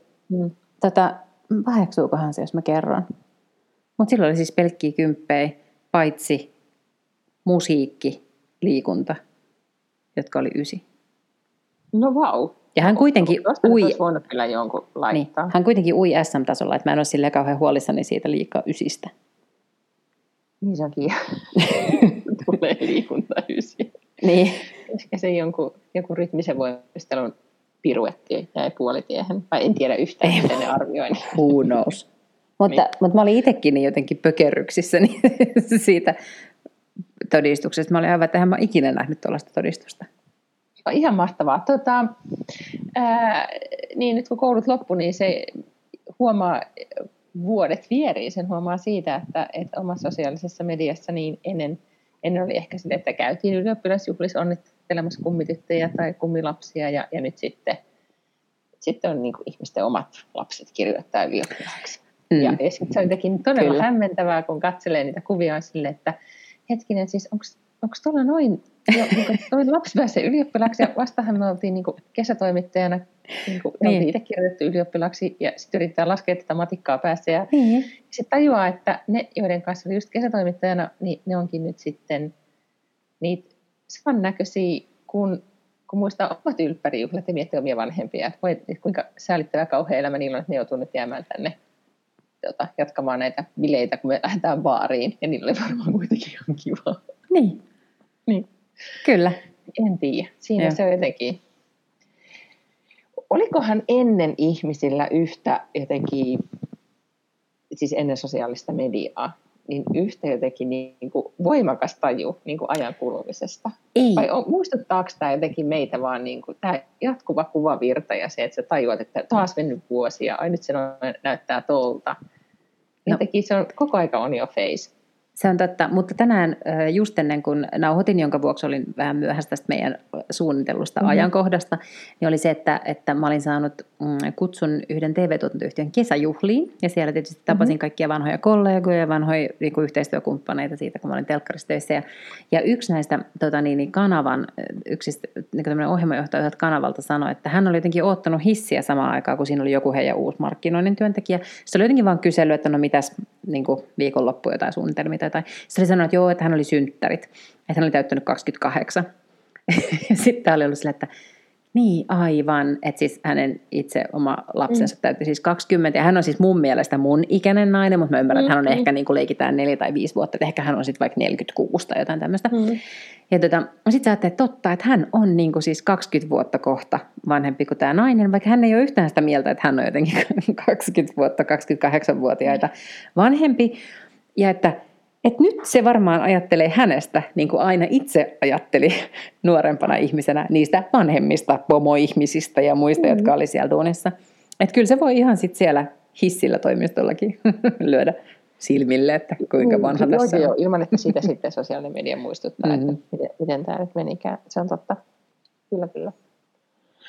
paheksuukohan se, jos mä kerron. Mutta silloin oli siis pelkkiä 10, paitsi musiikki, liikunta, jotka oli 9. No vau. Ja hän kuitenkin ui. Voinut kyllä jonkun laittaa. Niin, hän kuitenkin ui SM-tasolla, että mä en ole silleen kauhean huolissani siitä liikaa 9. Niin sekin. Tulee liikunta 9. Niin. Ehkä se joku rytmisen voimistelun piruetti jäi puolitiehen. Vai en tiedä yhtään, miten ne arvioi. Who knows. Mutta mä olin itsekin niin jotenkin pökerryksissä siitä todistuksesta. Mä olin aivan, että eihän mä ikinä nähnyt tuollaista todistusta. Ihan mahtavaa. Niin nyt kun koulut loppu, niin se huomaa vuodet vieriin. Sen huomaa siitä, että omassa sosiaalisessa mediassa niin ennen oli ehkä sille, että käytiin ylioppilasjuhlissa onnittelemassa kummityttöjä tai kummilapsia ja nyt sitten on niin kuin ihmisten omat lapset kirjoittaa ylioppilaksi. Ja sitten se on jotenkin todella hämmentävää, kun katselee niitä kuvia sille, että hetkinen, siis onko tuolla noin lapsi pääsee ylioppilaksi ja vastahan me oltiin niin kuin kesätoimittajana, oltiin itse kirjoitettu ylioppilaksi ja sitten yrittää laskea tätä matikkaa päässä ja sitten tajuaa, että ne, joiden kanssa oli just kesätoimittajana, niin ne onkin nyt sitten niitä samannäköisiä, kun muistaa omat ylppärijuhlat ja miettii omia vanhempia, että voi, kuinka säälittävä kauhea elämä niillä on, että ne joutuu nyt jäämään tänne jatkamaan näitä bileitä, kun me lähdetään baariin ja niillä oli varmaan kuitenkin ihan kivaa. Niin. Kyllä. En tiedä. Siinä se on jotenkin. Olikohan ennen ihmisillä yhtä jotenkin, siis ennen sosiaalista mediaa, niin yhtä jotenkin niin kuin voimakas taju niin kuin ajan kulumisesta? Ei. Vai muistuttaako tämä jotenkin meitä vaan niin kuin, tämä jatkuva kuvavirta ja se, että sä tajuat, että taas mennyt vuosia, ai nyt se näyttää tolta. Jotenkin se on koko aika on your face. Se on totta, mutta tänään just ennen kuin nauhoitin, jonka vuoksi olin vähän myöhässä tästä meidän suunnitellusta ajankohdasta, niin oli se, että mä olin saanut kutsun yhden TV-tuotantoyhtiön kesäjuhliin, ja siellä tietysti tapasin kaikkia vanhoja kollegoja ja vanhoja niin kuin yhteistyökumppaneita siitä, kun mä olin telkkarissa töissä. Ja yksi näistä kanavan, niin ohjelmajohtaja kanavalta sanoi, että hän oli jotenkin oottanut hissiä samaan aikaan, kun siinä oli joku heidän uusi markkinoinnin työntekijä. Se oli jotenkin vaan kysellyt, että no mitäs niin kuin viikonloppu jotain suunnitelmia. Tai se oli sanonut, että joo, että hän oli synttärit, että hän oli täyttänyt 28. Sitten oli ollut sille, että niin aivan, että siis hänen itse oma lapsensa täytti siis 20, ja hän on siis mun mielestä mun ikäinen nainen, mutta mä ymmärrän, että hän on ehkä niin kuin leikitään 4 tai 5 vuotta, että ehkä hän on sitten vaikka 46 tai jotain tämmöistä. Ja sitten sä ajattelet totta, että hän on niin kuin siis 20 vuotta kohta vanhempi kuin tämä nainen, vaikka hän ei ole yhtään sitä mieltä, että hän on jotenkin 20 vuotta, 28-vuotiaita vanhempi, ja että nyt se varmaan ajattelee hänestä, niin kuin aina itse ajatteli nuorempana ihmisenä, niistä vanhemmista pomoihmisistä ja muista, jotka oli siellä duunissa. Että kyllä se voi ihan sitten siellä hissillä toimistollakin lyödä silmille, että kuinka vanha tässä on. Joo, ilman että siitä sitten sosiaalinen media muistuttaa, että miten tämä nyt menikään. Se on totta. Kyllä.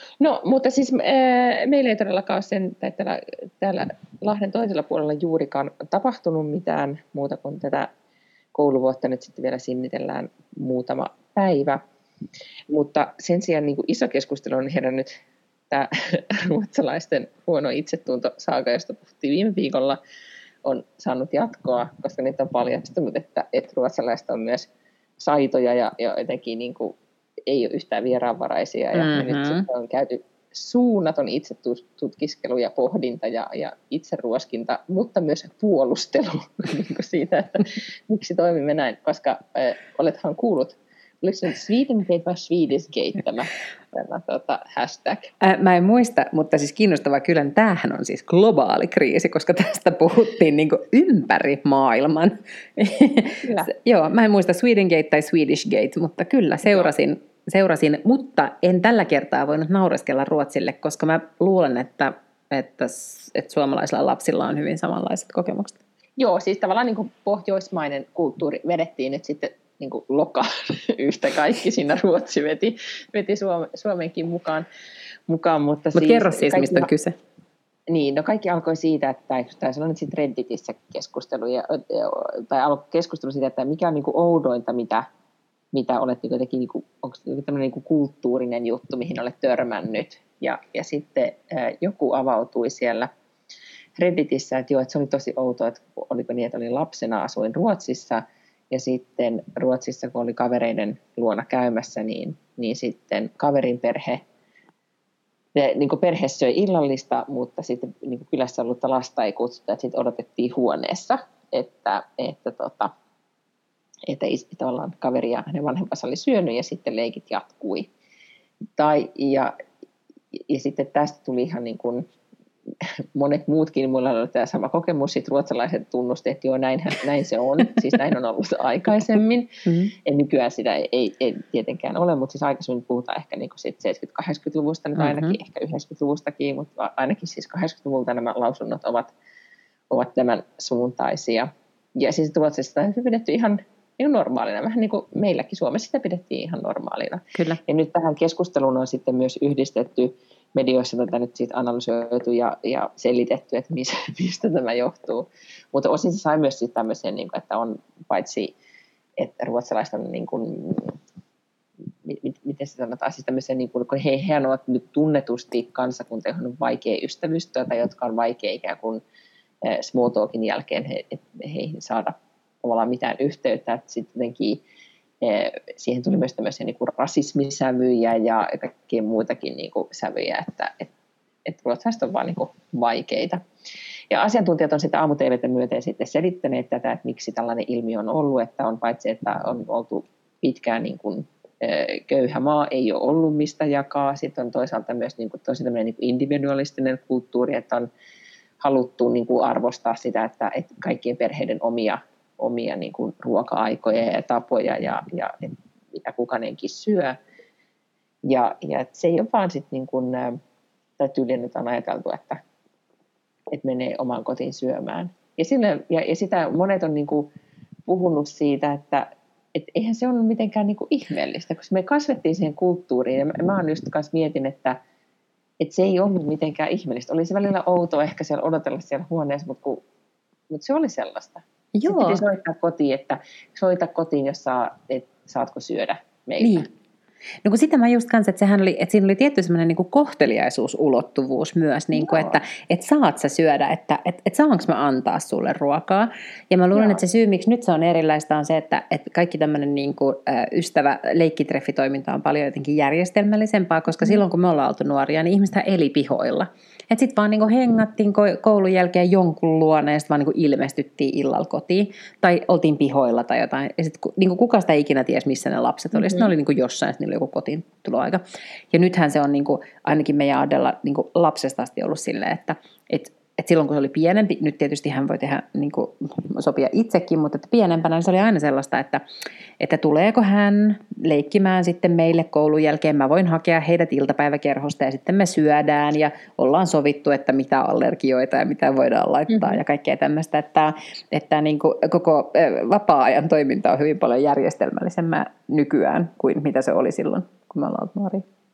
No, mutta siis meillä ei todellakaan ole täällä Lahden toisella puolella juurikaan tapahtunut mitään muuta kuin tätä kouluvuotta nyt sitten vielä sinnitellään muutama päivä. Mutta sen sijaan niin kuin iso keskustelu on herännyt tämä ruotsalaisten huono itsetunto-saaga, josta puhuttiin viime viikolla, on saanut jatkoa, koska nyt on paljastunut, että ruotsalaiset on myös saitoja ja jotenkin niin kuin ei ole yhtään vieraanvaraisia. Ja nyt sitten on käyty suunnaton itsetutkiskelu ja pohdinta ja itseruoskinta, mutta myös puolustelu niin kuin siitä, että miksi toimimme näin, koska olethan kuullut, oliko se Swedengate vai Swedishgate tämä hashtag? Mä en muista, mutta siis kiinnostavaa kyllä, tämähän on siis globaali kriisi, koska tästä puhuttiin niin kuin ympäri maailman. Joo, mä en muista Swedengate tai Swedishgate, mutta kyllä seurasin, mutta en tällä kertaa voinut naureskella Ruotsille, koska mä luulen, että suomalaisilla lapsilla on hyvin samanlaiset kokemukset. Joo, siis tavallaan niin kuin pohjoismainen kulttuuri vedettiin nyt sitten niin kuin lokaan yhtä kaikki, siinä Ruotsi veti Suomenkin mukaan. Mutta siis kerro siis, mistä on kyse. Niin, no kaikki alkoi siitä, että taisi olla nyt sitten Redditissä keskustelu siitä, että mikä on niin kuin oudointa, mitä olet jotenkin, niin kuin, onko se tämmöinen niin kuin kulttuurinen juttu, mihin olet törmännyt. Ja sitten joku avautui siellä Redditissä, että se oli tosi outoa, että oliko niin, että olin lapsena, asuin Ruotsissa, ja sitten Ruotsissa, kun oli kavereiden luona käymässä, niin sitten kaverin perhe söi illallista, mutta sitten niin kuin kylässä ollutta lasta ei kutsuta, että sitten odotettiin huoneessa, että tavallaan kaveri ja hänen vanhempansa oli syönyt ja sitten leikit jatkui. Ja sitten tästä tuli ihan niin kuin monet muutkin, mulla on ollut tämä sama kokemus, sitten ruotsalaiset tunnusti, että joo, näin se on, siis näin on ollut aikaisemmin. Nykyään sitä ei tietenkään ole, mutta siis aikaisemmin puhutaan ehkä niin kuin 70-80-luvusta, nyt ainakin ehkä 90-luvustakin, mutta ainakin siis 80-luvulta nämä lausunnot ovat tämän suuntaisia. Ja siis Ruotsissa on pidetty ihan normaalina, vähän niin kuin meilläkin Suomessa sitä pidettiin ihan normaalina. Kyllä. Ja nyt tähän keskusteluun on sitten myös yhdistetty medioissa tätä nyt siitä analysoitu ja selitetty, että mistä tämä johtuu. Mutta osin se sai myös sitten tämmöisen, että on paitsi, että ruotsalaiset on niin kuin, miten se sanotaan, siis tämmöisen, niin kuin, kun he ovat nyt tunnetusti kansakunta, johon on vaikea ystävystyä tai jotka on vaikea ikään kuin small talkin jälkeen heihin saada tavallaan mitään yhteyttä, että sitten jotenkin siihen tuli myös tämmöisiä niin kuin rasismisävyjä ja kaikkia muitakin niin kuin sävyjä, että ruotsalaiset on vaan niin kuin vaikeita. Ja asiantuntijat on sitä aamu-tv:tä myöten sitten selittäneet tätä, että miksi tällainen ilmiö on ollut, että on paitsi, että on oltu pitkään niin kuin köyhä maa, ei ole ollut mistä jakaa, sitten on toisaalta myös niin kuin tosi tämmöinen niin kuin individualistinen kulttuuri, että on haluttu niin kuin arvostaa sitä, että kaikkien perheiden omia niin kuin ruoka-aikoja ja tapoja ja mitä kukainenkin syö. Ja se ei ole vaan sitten niin kuin, tai tyyliin nyt on ajateltu, että menee omaan kotiin syömään. Ja sitä monet on niin kuin puhunut siitä, että eihän se ollut mitenkään niin kuin ihmeellistä, koska me kasvettiin siihen kulttuuriin. Ja mä oon just kanssa mietin, että se ei ollut mitenkään ihmeellistä. Oli se välillä outoa ehkä siellä odotella siellä huoneessa, mutta se oli sellaista. Joo. Sitten piti soittaa kotiin, että soita kotiin, jos saatko syödä meillä. Niin. No kun sitä mä just kanssa, että siinä oli tietty semmoinen niin kuin kohteliaisuusulottuvuus myös, niin kuin, että saat sä syödä, että saanko mä antaa sulle ruokaa. Ja mä luulen, että se syy, miksi nyt se on erilaista, on se, että kaikki tämmöinen niin kuin ystävä-leikkitreffitoiminta on paljon jotenkin järjestelmällisempaa, koska silloin kun me ollaan oltu nuoria, niin ihmiset eli pihoilla. Että sitten vaan niinku hengattiin koulun jälkeen jonkun luona ja sitten vaan niinku ilmestyttiin illalla kotiin. Tai oltiin pihoilla tai jotain. Ja sitten niinku kuka sitä ikinä tiesi, missä ne lapset oli. Sitten ne oli niinku jossain, että niillä oli joku kotiin tuloaika. Ja nythän se on niinku, ainakin meidän Adella niinku lapsesta asti ollut silleen, että silloin kun se oli pienempi, nyt tietysti hän voi tehdä niinku, sopia itsekin, mutta että pienempänä niin se oli aina sellaista, että tuleeko hän leikkimään sitten meille koulun jälkeen. Mä voin hakea heidät iltapäiväkerhosta ja sitten me syödään ja ollaan sovittu, että mitä allergioita ja mitä voidaan laittaa ja kaikkea tämmöistä. Että niin kuin koko vapaa-ajan toiminta on hyvin paljon järjestelmällisemmää nykyään kuin mitä se oli silloin, kun me ollaan oltu nuoria.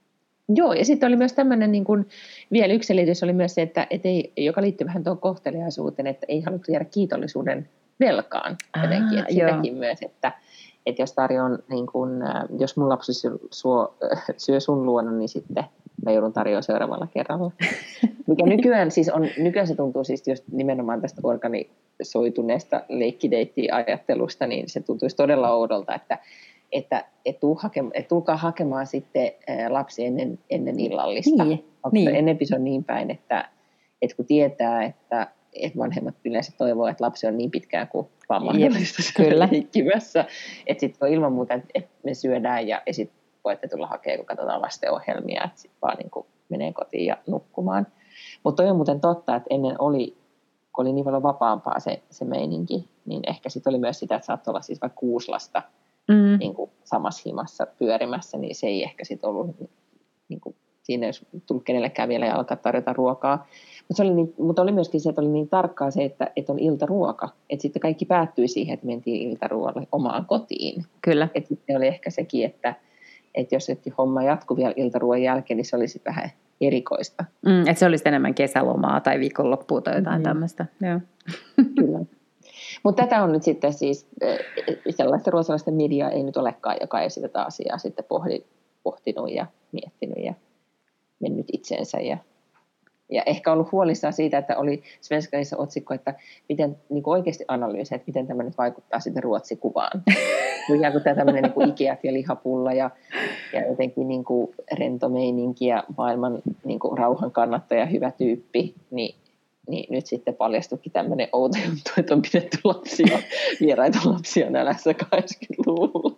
Joo, ja sitten oli myös tämmöinen, niin kuin, vielä yksi selitys oli myös se, että ei, joka liittyy vähän tuon kohteliaisuuteen, että ei haluttu jäädä kiitollisuuden velkaan jotenkin. Että sitäkin myös, että jos tarjoan, niin kuin, jos mun lapsi syö sun luona, niin sitten mä joudun tarjoamaan seuraavalla kerralla. Mikä nykyään se tuntuu siis just nimenomaan tästä organisoituneesta leikkideittiajattelusta, niin se tuntuisi todella oudolta, että tulkaa hakemaan sitten lapsi ennen illallista. Niin. Enempi se on niin päin, että kun tietää, että vanhemmat yleensä toivoo, että lapsi on niin pitkään kuin vaan mahdollista leikkimässä. Että sitten on ilman muuta, että me syödään ja sitten voitte tulla hakemaan, kun katsotaan lastenohjelmia, että sitten vaan niin kuin menee kotiin ja nukkumaan. Mutta toi on muuten totta, että ennen oli niin paljon vapaampaa se meininki, niin ehkä sitten oli myös sitä, että saattoi olla siis vaikka 6 lasta niin kuin samassa himassa pyörimässä, niin se ei ehkä sitten ollut, niin kuin, siinä ei olisi tullut kenellekään vielä alkaa tarjota ruokaa. Mutta oli myöskin se, että oli niin tarkkaa se, että on iltaruoka. Että sitten kaikki päättyi siihen, että mentiin iltaruoalle omaan kotiin. Kyllä. Että sitten oli ehkä sekin, että jos homma jatkui vielä iltaruoan jälkeen, niin se oli sitten vähän erikoista. Että se olisi enemmän kesälomaa tai viikonloppua tai jotain tämmöistä. Joo. Kyllä. Mutta tätä on nyt sitten siis, sellaista ruotsalaisten mediaa ei nyt olekaan, joka ei sitä asiaa sitten pohtinut ja miettinyt ja mennyt itseensä. Ja ehkä ollut huolissaan siitä, että oli Svenskanissä otsikko, että miten niin kuin oikeasti analyysi, että miten tämä nyt vaikuttaa sitten Ruotsi-kuvaan. Ikään kuin tämä tämmöinen niin kuin Ikeat ja lihapulla ja jotenkin niin kuin rento meininki ja maailman niin kuin rauhan kannattaja, hyvä tyyppi, niin nyt sitten paljastuikin tämmöinen outo juttu, että on pidetty vieraita lapsia nälässä 80-luvulla.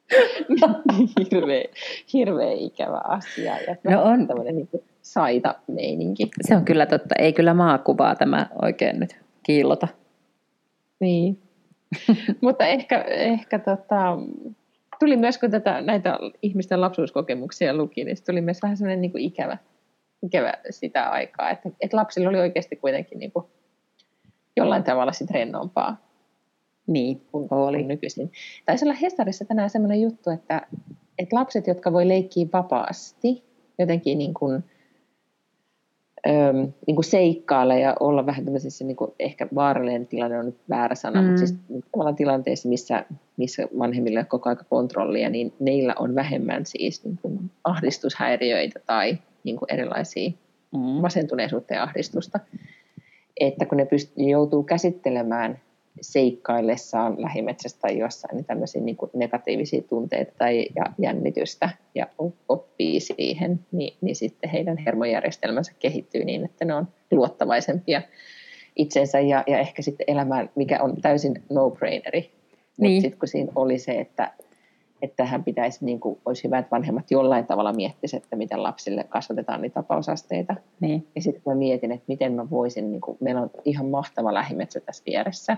Hirveä ikävä asia. Ja on tämmöinen niin kuin saita-meininki. Se on kyllä totta. Ei kyllä maakuvaa tämä oikein nyt kiillota. Niin. Mutta ehkä tuli myös, kun näitä ihmisten lapsuuskokemuksia luki, niin tuli myös vähän semmoinen niin kuin ikävä sitä aikaa, että lapsilla oli oikeasti kuitenkin niin kuin jollain tavalla sit rennompaa. Niin, oli nykyisin. Taisi olla Hesarissa tänään semmoinen juttu, että lapset, jotka voi leikkiä vapaasti, jotenkin niin kuin seikkailla ja olla vähän tämmöisessä, niin kuin ehkä vaarallinen tilanne on nyt väärä sana, mutta siis tavallaan tilanteessa, missä vanhemmilla on koko ajan kontrollia, niin neillä on vähemmän siis niin kuin ahdistushäiriöitä tai niin kuin erilaisia masentuneisuutta ja ahdistusta. Että kun ne joutuu käsittelemään seikkaillessaan lähimetsässä tai jossain niin tämmöisiä niin kuin negatiivisia tunteita tai jännitystä ja oppii siihen, niin sitten heidän hermojärjestelmänsä kehittyy niin, että ne on luottavaisempia itsensä ja ehkä sitten elämään, mikä on täysin no-braineri. Mutta sitten kun siinä oli se, että tähän pitäisi, niin kuin, olisi hyvä, että vanhemmat jollain tavalla miettisivät, että miten lapsille kasvatetaan niitä tapausasteita. Niin. Ja sitten mä mietin, että miten mä voisin, niin kuin, meillä on ihan mahtava lähimetsä tässä vieressä,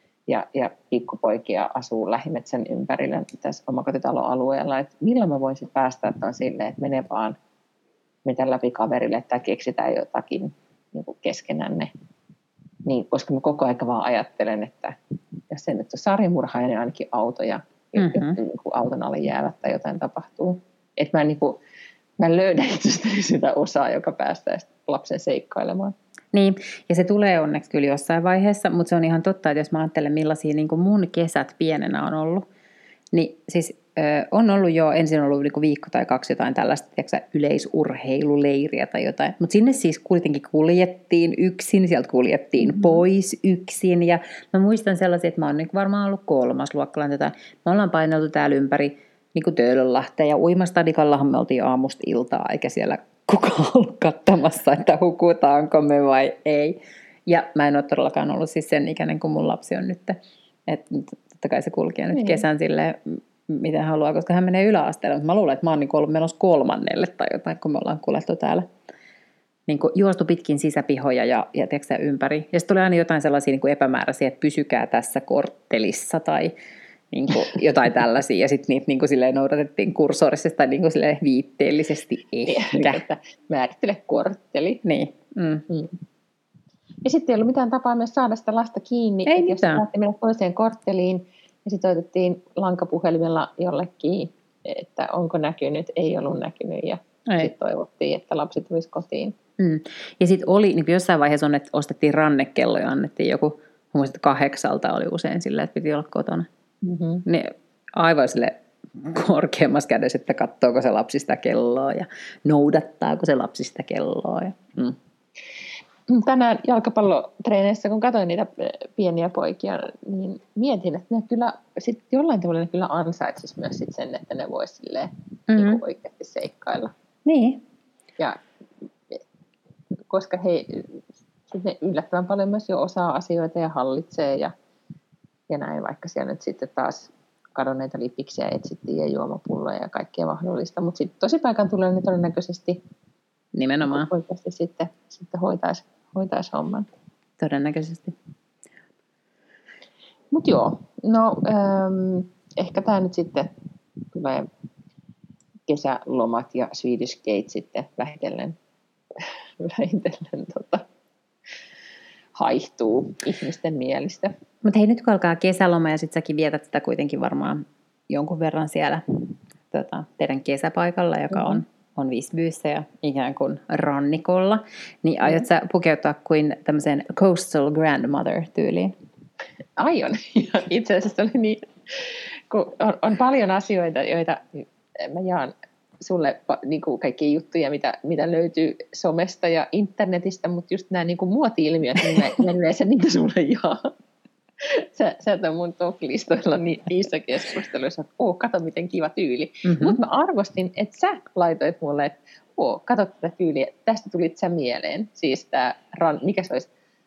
ja pikkupoikia asuu lähimetsän ympärillä tässä omakotitaloalueella, että millä mä voisin päästä silleen, että menee vaan mitä läpi kaverille, että keksitään jotakin niin kuin keskenänne. Niin, koska mä koko ajan vaan ajattelen, että jos se nyt on sarjamurhaaja, niin ainakin autoja, niin kuin auton alle jäävät tai jotain tapahtuu. Että mä en löydä itsestäni sitä osaa, joka päästäisi lapsen seikkailemaan. Niin, ja se tulee onneksi kyllä jossain vaiheessa, mutta se on ihan totta, että jos mä ajattelen millaisia niin kuin mun kesät pienenä on ollut, niin siis on ollut jo ensin ollut niin kuin viikko tai 2 jotain tällaista yleisurheiluleiriä tai jotain, mutta sinne siis kuitenkin kuljettiin yksin, sieltä kuljettiin pois yksin, ja mä muistan sellaisia, että mä oon niin varmaan ollut 3. luokkalainen tätä, me ollaan paineltu täällä ympäri niin kuin Töölönlahteen, ja uimastadikallahan me oltiin aamusta iltaa, eikä siellä kukaan ollut katsomassa, että hukutaanko me vai ei. Ja mä en ole todellakaan ollut siis sen ikäinen kuin mun lapsi on nyt. Että totta kai se kulkee nyt kesän silleen, miten haluaa, koska hän menee yläasteelle. Mutta mä luulen, että mä oon niin ollut menossa 3. tai jotain, kun me ollaan kuljettu täällä. Niin juostu pitkin sisäpihoja ja tiedätkö, ympäri. Ja sitten tuli aina jotain sellaisia niin epämääräisiä, että pysykää tässä korttelissa tai niin kuin jotain tällaisia, ja sitten niitä niin kuin silleen noudatettiin kursorisesti tai niin kuin silleen viitteellisesti ehkä. Että määrittele kortteli. Niin. Ja sitten ei ollut mitään tapaa myös saada sitä lasta kiinni. Ei jos saatiin mennä toiseen kortteliin, ja sitten otettiin lankapuhelimella jollekin, että onko näkynyt, ei ollut näkynyt, ja sitten toivottiin, että lapsi tulisi kotiin. Ja sitten oli, niin jossain vaiheessa on, että ostettiin rannekello ja annettiin joku, muistan, että 8 oli usein sillä, että piti olla kotona. Mm-hmm. Ne aivan sille korkeammassa kädessä, että katsoako se lapsi sitä kelloa ja noudattaako se lapsi sitä kelloa. Tänään jalkapallotreeneissä, kun katsoin niitä pieniä poikia, niin mietin, että ne kyllä sit jollain tavalla ne kyllä ansaitsisi myös sit sen, että ne voisi niin oikeasti seikkailla. Niin. Ja koska he yllättävän paljon myös jo osaa asioita ja hallitsee ja näin, vaikka siellä nyt sitten taas kadonneita lipiksiä etsittiin ja juomapulloja ja kaikkea mahdollista. Mutta sitten tosipaikan tulee ne todennäköisesti nimenomaan oikeasti sitten hoitaisi homman. Todennäköisesti. Mutta joo, no ehkä tämä nyt sitten tulee kesälomat ja Swedish Gate sitten vähitellen haihtuu ihmisten mielistä. Mutta hei, nyt kun alkaa kesäloma ja sitten säkin vietät sitä kuitenkin varmaan jonkun verran siellä teidän kesäpaikalla, joka on Visbyssä ja ikään kuin rannikolla, niin aiot sä pukeutua kuin tämmöiseen coastal grandmother-tyyliin? Aion. Ja itse asiassa oli niin, kun on paljon asioita, joita mä jaan sulle niin kuin kaikkia juttuja, mitä löytyy somesta ja internetistä, mutta just nämä niin kuin muoti-ilmiöt, niin mä yleensä niitä sulle jaa. Sä et ole mun top-listoilla niissä keskusteluissa, että kato miten kiva tyyli. Mutta mä arvostin, että sä laitoit mulle, että kato tätä tyyliä, tästä tulit sä mieleen. Siis tää, mikä se olisi,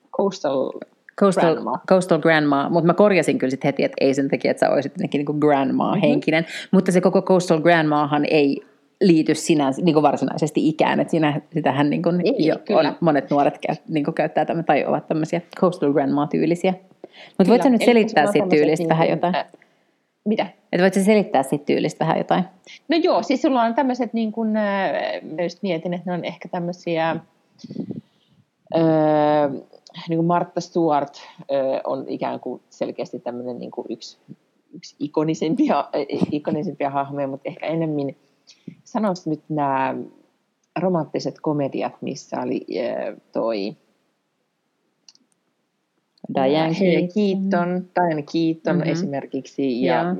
Coastal Grandma, mutta mä korjasin kyllä sit heti, että ei sen takia, että sä olisit niin grandma-henkinen, mutta se koko Coastal Grandmahan ei liity sinänsä niin kuin varsinaisesti ikään, että sitähän niin kuin monet nuoret käyttää tai ovat tämmöisiä Coastal Grandma-tyylisiä. Mutta voit sä nyt selittää siitä tyylistä vähän jotain? Mitä? Että voit sä selittää siitä tyylistä vähän jotain? No joo, siis sulla on tämmöiset, niin kuin, just mietin, että ne on ehkä tämmöisiä, niin kuin Martha Stewart on ikään kuin selkeästi tämmöinen niin kuin yksi ikonisimpia hahmoja, mutta ehkä enemmän sanoisin nyt nämä romanttiset komediat, missä oli Diane Keaton esimerkiksi. Ja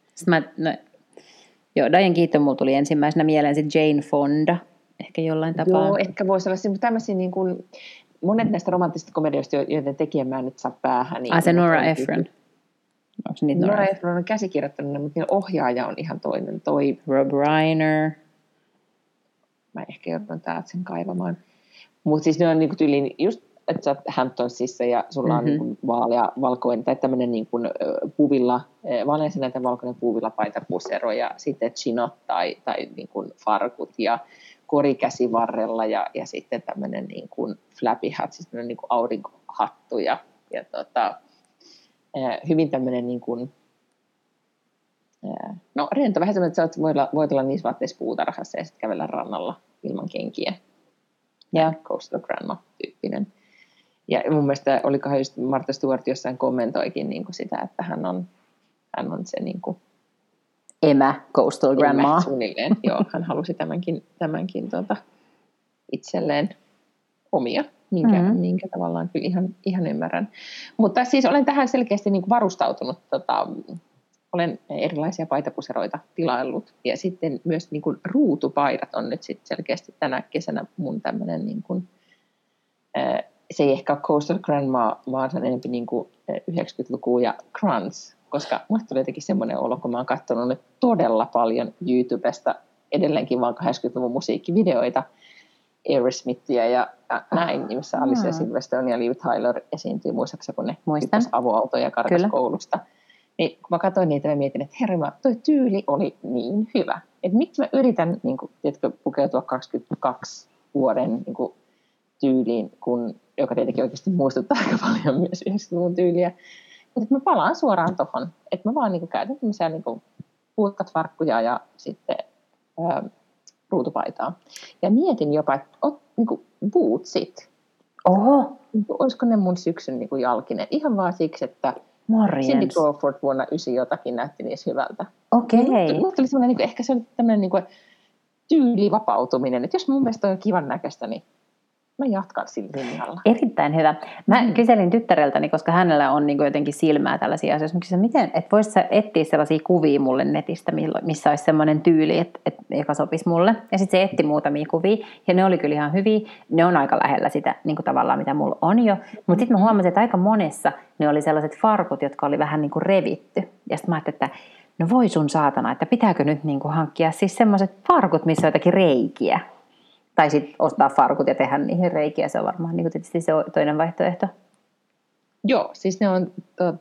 Diane Keaton mulla tuli ensimmäisenä mieleen se Jane Fonda, ehkä jollain tapaa. Joo, ehkä voisi olla tämmöisiä niin kuin, monet näistä romanttisista komedioista, joiden tekijä mä en nyt saa päähän. Niin se Nora Ephron. Onko se niitä Nora Ephron on käsikirjoittanut, mutta niillä ohjaaja on ihan toinen. Rob Reiner. Mä ehkä joudun täältä sen kaivamaan. Mutta siis ne on niinku tyyliin just, että sä oot Hamptonsissa ja sulla on niinku vaalea, valkoinen tai tämmöinen niinku puvilla, vaaleansinä tai valkoinen puvilla paitapusero ja sitten chinot tai niinku farkut ja korikäsivarrella ja sitten tämmöinen niinku flappy hat, siis tämmöinen niinku aurinkohattu ja hyvin tämmöinen niinku, rento, vähän semmoinen, että sä voit olla niissä vaatteissa puutarhassa ja sitten kävellä rannalla ilman kenkiä. Ja Coastal Grandma-tyyppinen. Ja mun mielestä olikohan just Martha Stewart jossain kommentoikin niin kuin sitä, että hän on se niin kuin emä Coastal Grandma. Suunnilleen. Joo, hän halusi tämänkin itselleen omia, minkä tavallaan kyllä ihan ymmärrän. Mutta siis olen tähän selkeästi niin kuin varustautunut. Olen erilaisia paitapuseroita tilaillut. Ja sitten myös niin kuin ruutupaidat on nyt sitten selkeästi tänä kesänä mun tämmöinen, niin kuin, se ei ehkä ole Coastal Grandma, vaan se on enemmän niin kuin 90-lukua ja grunge. Koska mulle tuli jotenkin semmoinen olo, kun mä oon katsonut nyt todella paljon YouTubesta edelleenkin vaan 80-luvun musiikkivideoita, Aerosmithia ja näin, missä Alice Silverstone ja Liv Tyler esiintyi, muistaakseni kun ne hyppäsi avoautoja ja karkas koulusta. Niin kun mä katsoin niitä ja mietin, että herra, toi tyyli oli niin hyvä. Että miksi mä yritän niin kuin, pukeutua 22 vuoden niin kuin, tyyliin, joka tietenkin oikeasti muistuttaa aika paljon myös 90-luvun tyyliä. Mutta mä palaan suoraan tohon. Että mä vaan niin kuin, käytän tämmöisiä niin puutkat farkkuja ja sitten ruutupaitaa. Ja mietin jopa, että niin kuin bootsit. Oho! Niin kuin, olisiko ne mun syksyn niin kuin jalkinen? Ihan vaan siksi, että Cindy Crawford vuonna 9 jotakin näytti niin hyvältä. Okei. Musta oli semmoinen, ehkä se oli tämmöinen, tyylivapautuminen. Että jos mun mielestä on kivan näköistä, niin mä jatkan sillä linjalla. Erittäin hyvä. Mä kyselin tyttäreltäni, koska hänellä on niin kuin jotenkin silmää tällaisia asioita. Mä kysyin, miten, että voisit sä etsiä sellaisia kuvia mulle netistä, missä olisi semmoinen tyyli, joka sopisi mulle. Ja sitten se etti muutamia kuvia, ja ne oli kyllä ihan hyviä. Ne on aika lähellä sitä niin kuin tavallaan, mitä mulla on jo. Mutta sitten mä huomasin, että aika monessa ne oli sellaiset farkut, jotka oli vähän niin kuin revitty. Ja sitten mä ajattelin, että no voi sun saatana, että pitääkö nyt niin kuin hankkia siis semmoiset farkut, missä on jotakin reikiä. Tai sitten ostaa farkut ja tehdä niihin reikiä, se on varmaan niin tietysti se toinen vaihtoehto. Joo, siis ne on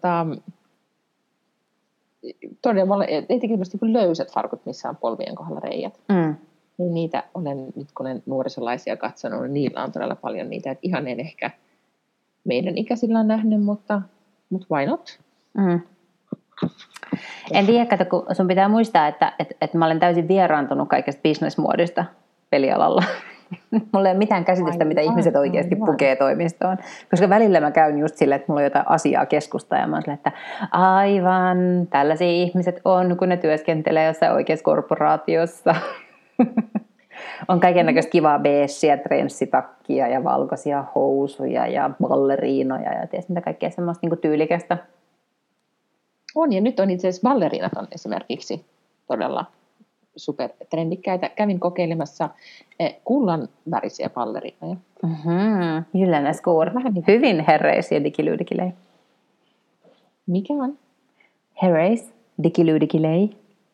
todella, etenkin niin löysät farkut, missä on polvien kohdalla reijät. Niin niitä olen, nyt kun olen nuorisolaisia katsonut, niin niillä on todella paljon niitä. Et ihan en ehkä meidän ikäisillä on nähnyt, mutta why not? En tiedä, kun sun pitää muistaa, että mä olen täysin vieraantunut kaikesta business-muodista pelialalla. Mulla ei ole mitään käsitystä, mitä ihmiset oikeasti pukee toimistoon. Koska välillä mä käyn just silleen, että mulla on jotain asiaa keskustaa ja mä oon silleen, että aivan, tällaisia ihmiset on, kun ne työskentelee jossain oikeassa korporaatiossa. On kaikennäköistä kivaa beessiä, trenssitakkia ja valkoisia housuja ja balleriinoja ja ties mitä kaikkea semmoista niin kuin tyylikästä. On, ja nyt on itse asiassa balleriinat on esimerkiksi todella supertrendikkäitä. Kävin kokeilemassa kullan värisiä balleriinoja. Gyllene skor. Hyvin herreis ja digilydikilei. Mikä on? Herreis, digilydikilei.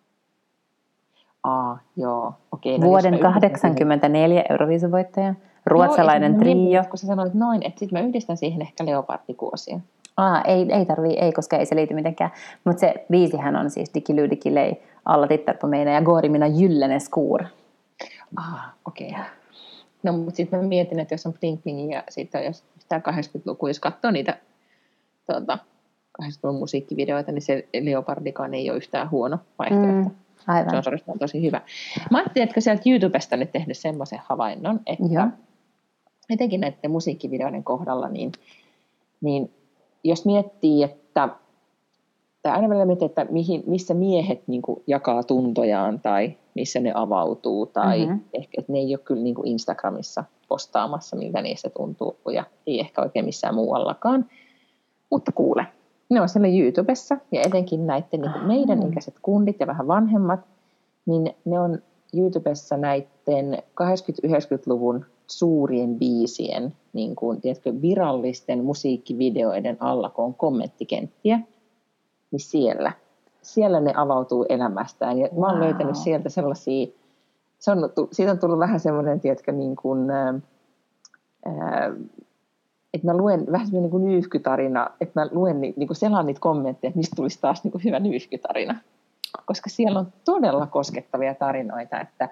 Joo. Okei, vuoden 1984 Euroviisuvoittaja. Ruotsalainen trio. Kun sä sanoit noin, että sitten mä yhdistän siihen ehkä leopardikuosia. Ei tarvii, koska ei se liity mitenkään. Mutta se biisihän on siis digilydikilei. Alla tittar på mig ja går i mina gyllene skor. Okei. No, mutta sitten mä mietin, että jos on bling bling ja sitten jos tämä 80-luku, jos katsoo niitä 80-luvun musiikkivideoita, niin se leopardikaan ei ole yhtään huono vaihtoehto. Aivan. Se on suorastaan tosi hyvä. Mä ajattelin, että sieltä YouTubesta nyt tehnyt semmoisen havainnon, että etenkin näiden musiikkivideoiden kohdalla, niin jos miettii, tai aina välillä miettii, että missä miehet niin kuin jakaa tuntojaan tai missä ne avautuu, tai ehkä että ne ei ole kyllä niin kuin Instagramissa postaamassa, miltä niistä tuntuu, ja ei ehkä oikein missään muuallakaan. Mutta kuule, ne on siellä YouTubessa, ja etenkin näiden niin kuin meidän ikäiset kundit ja vähän vanhemmat, niin ne on YouTubessa näiden 80-90-luvun suurien biisien, niin kuin, tiedätkö, virallisten musiikkivideoiden alla, kun on kommenttikenttiä, niin siellä ne avautuu elämästään. Ja mä oon löytänyt sieltä sellaisia, siitä on tullut vähän semmoinen, tiedätkö, niin kuin, että mä luen vähän semmoinen niin kuin nyyhkytarina, että mä luen niin kuin selaan niitä kommentteja, että mistä tulisi taas niin kuin hyvä nyyhkytarina. Koska siellä on todella koskettavia tarinoita, että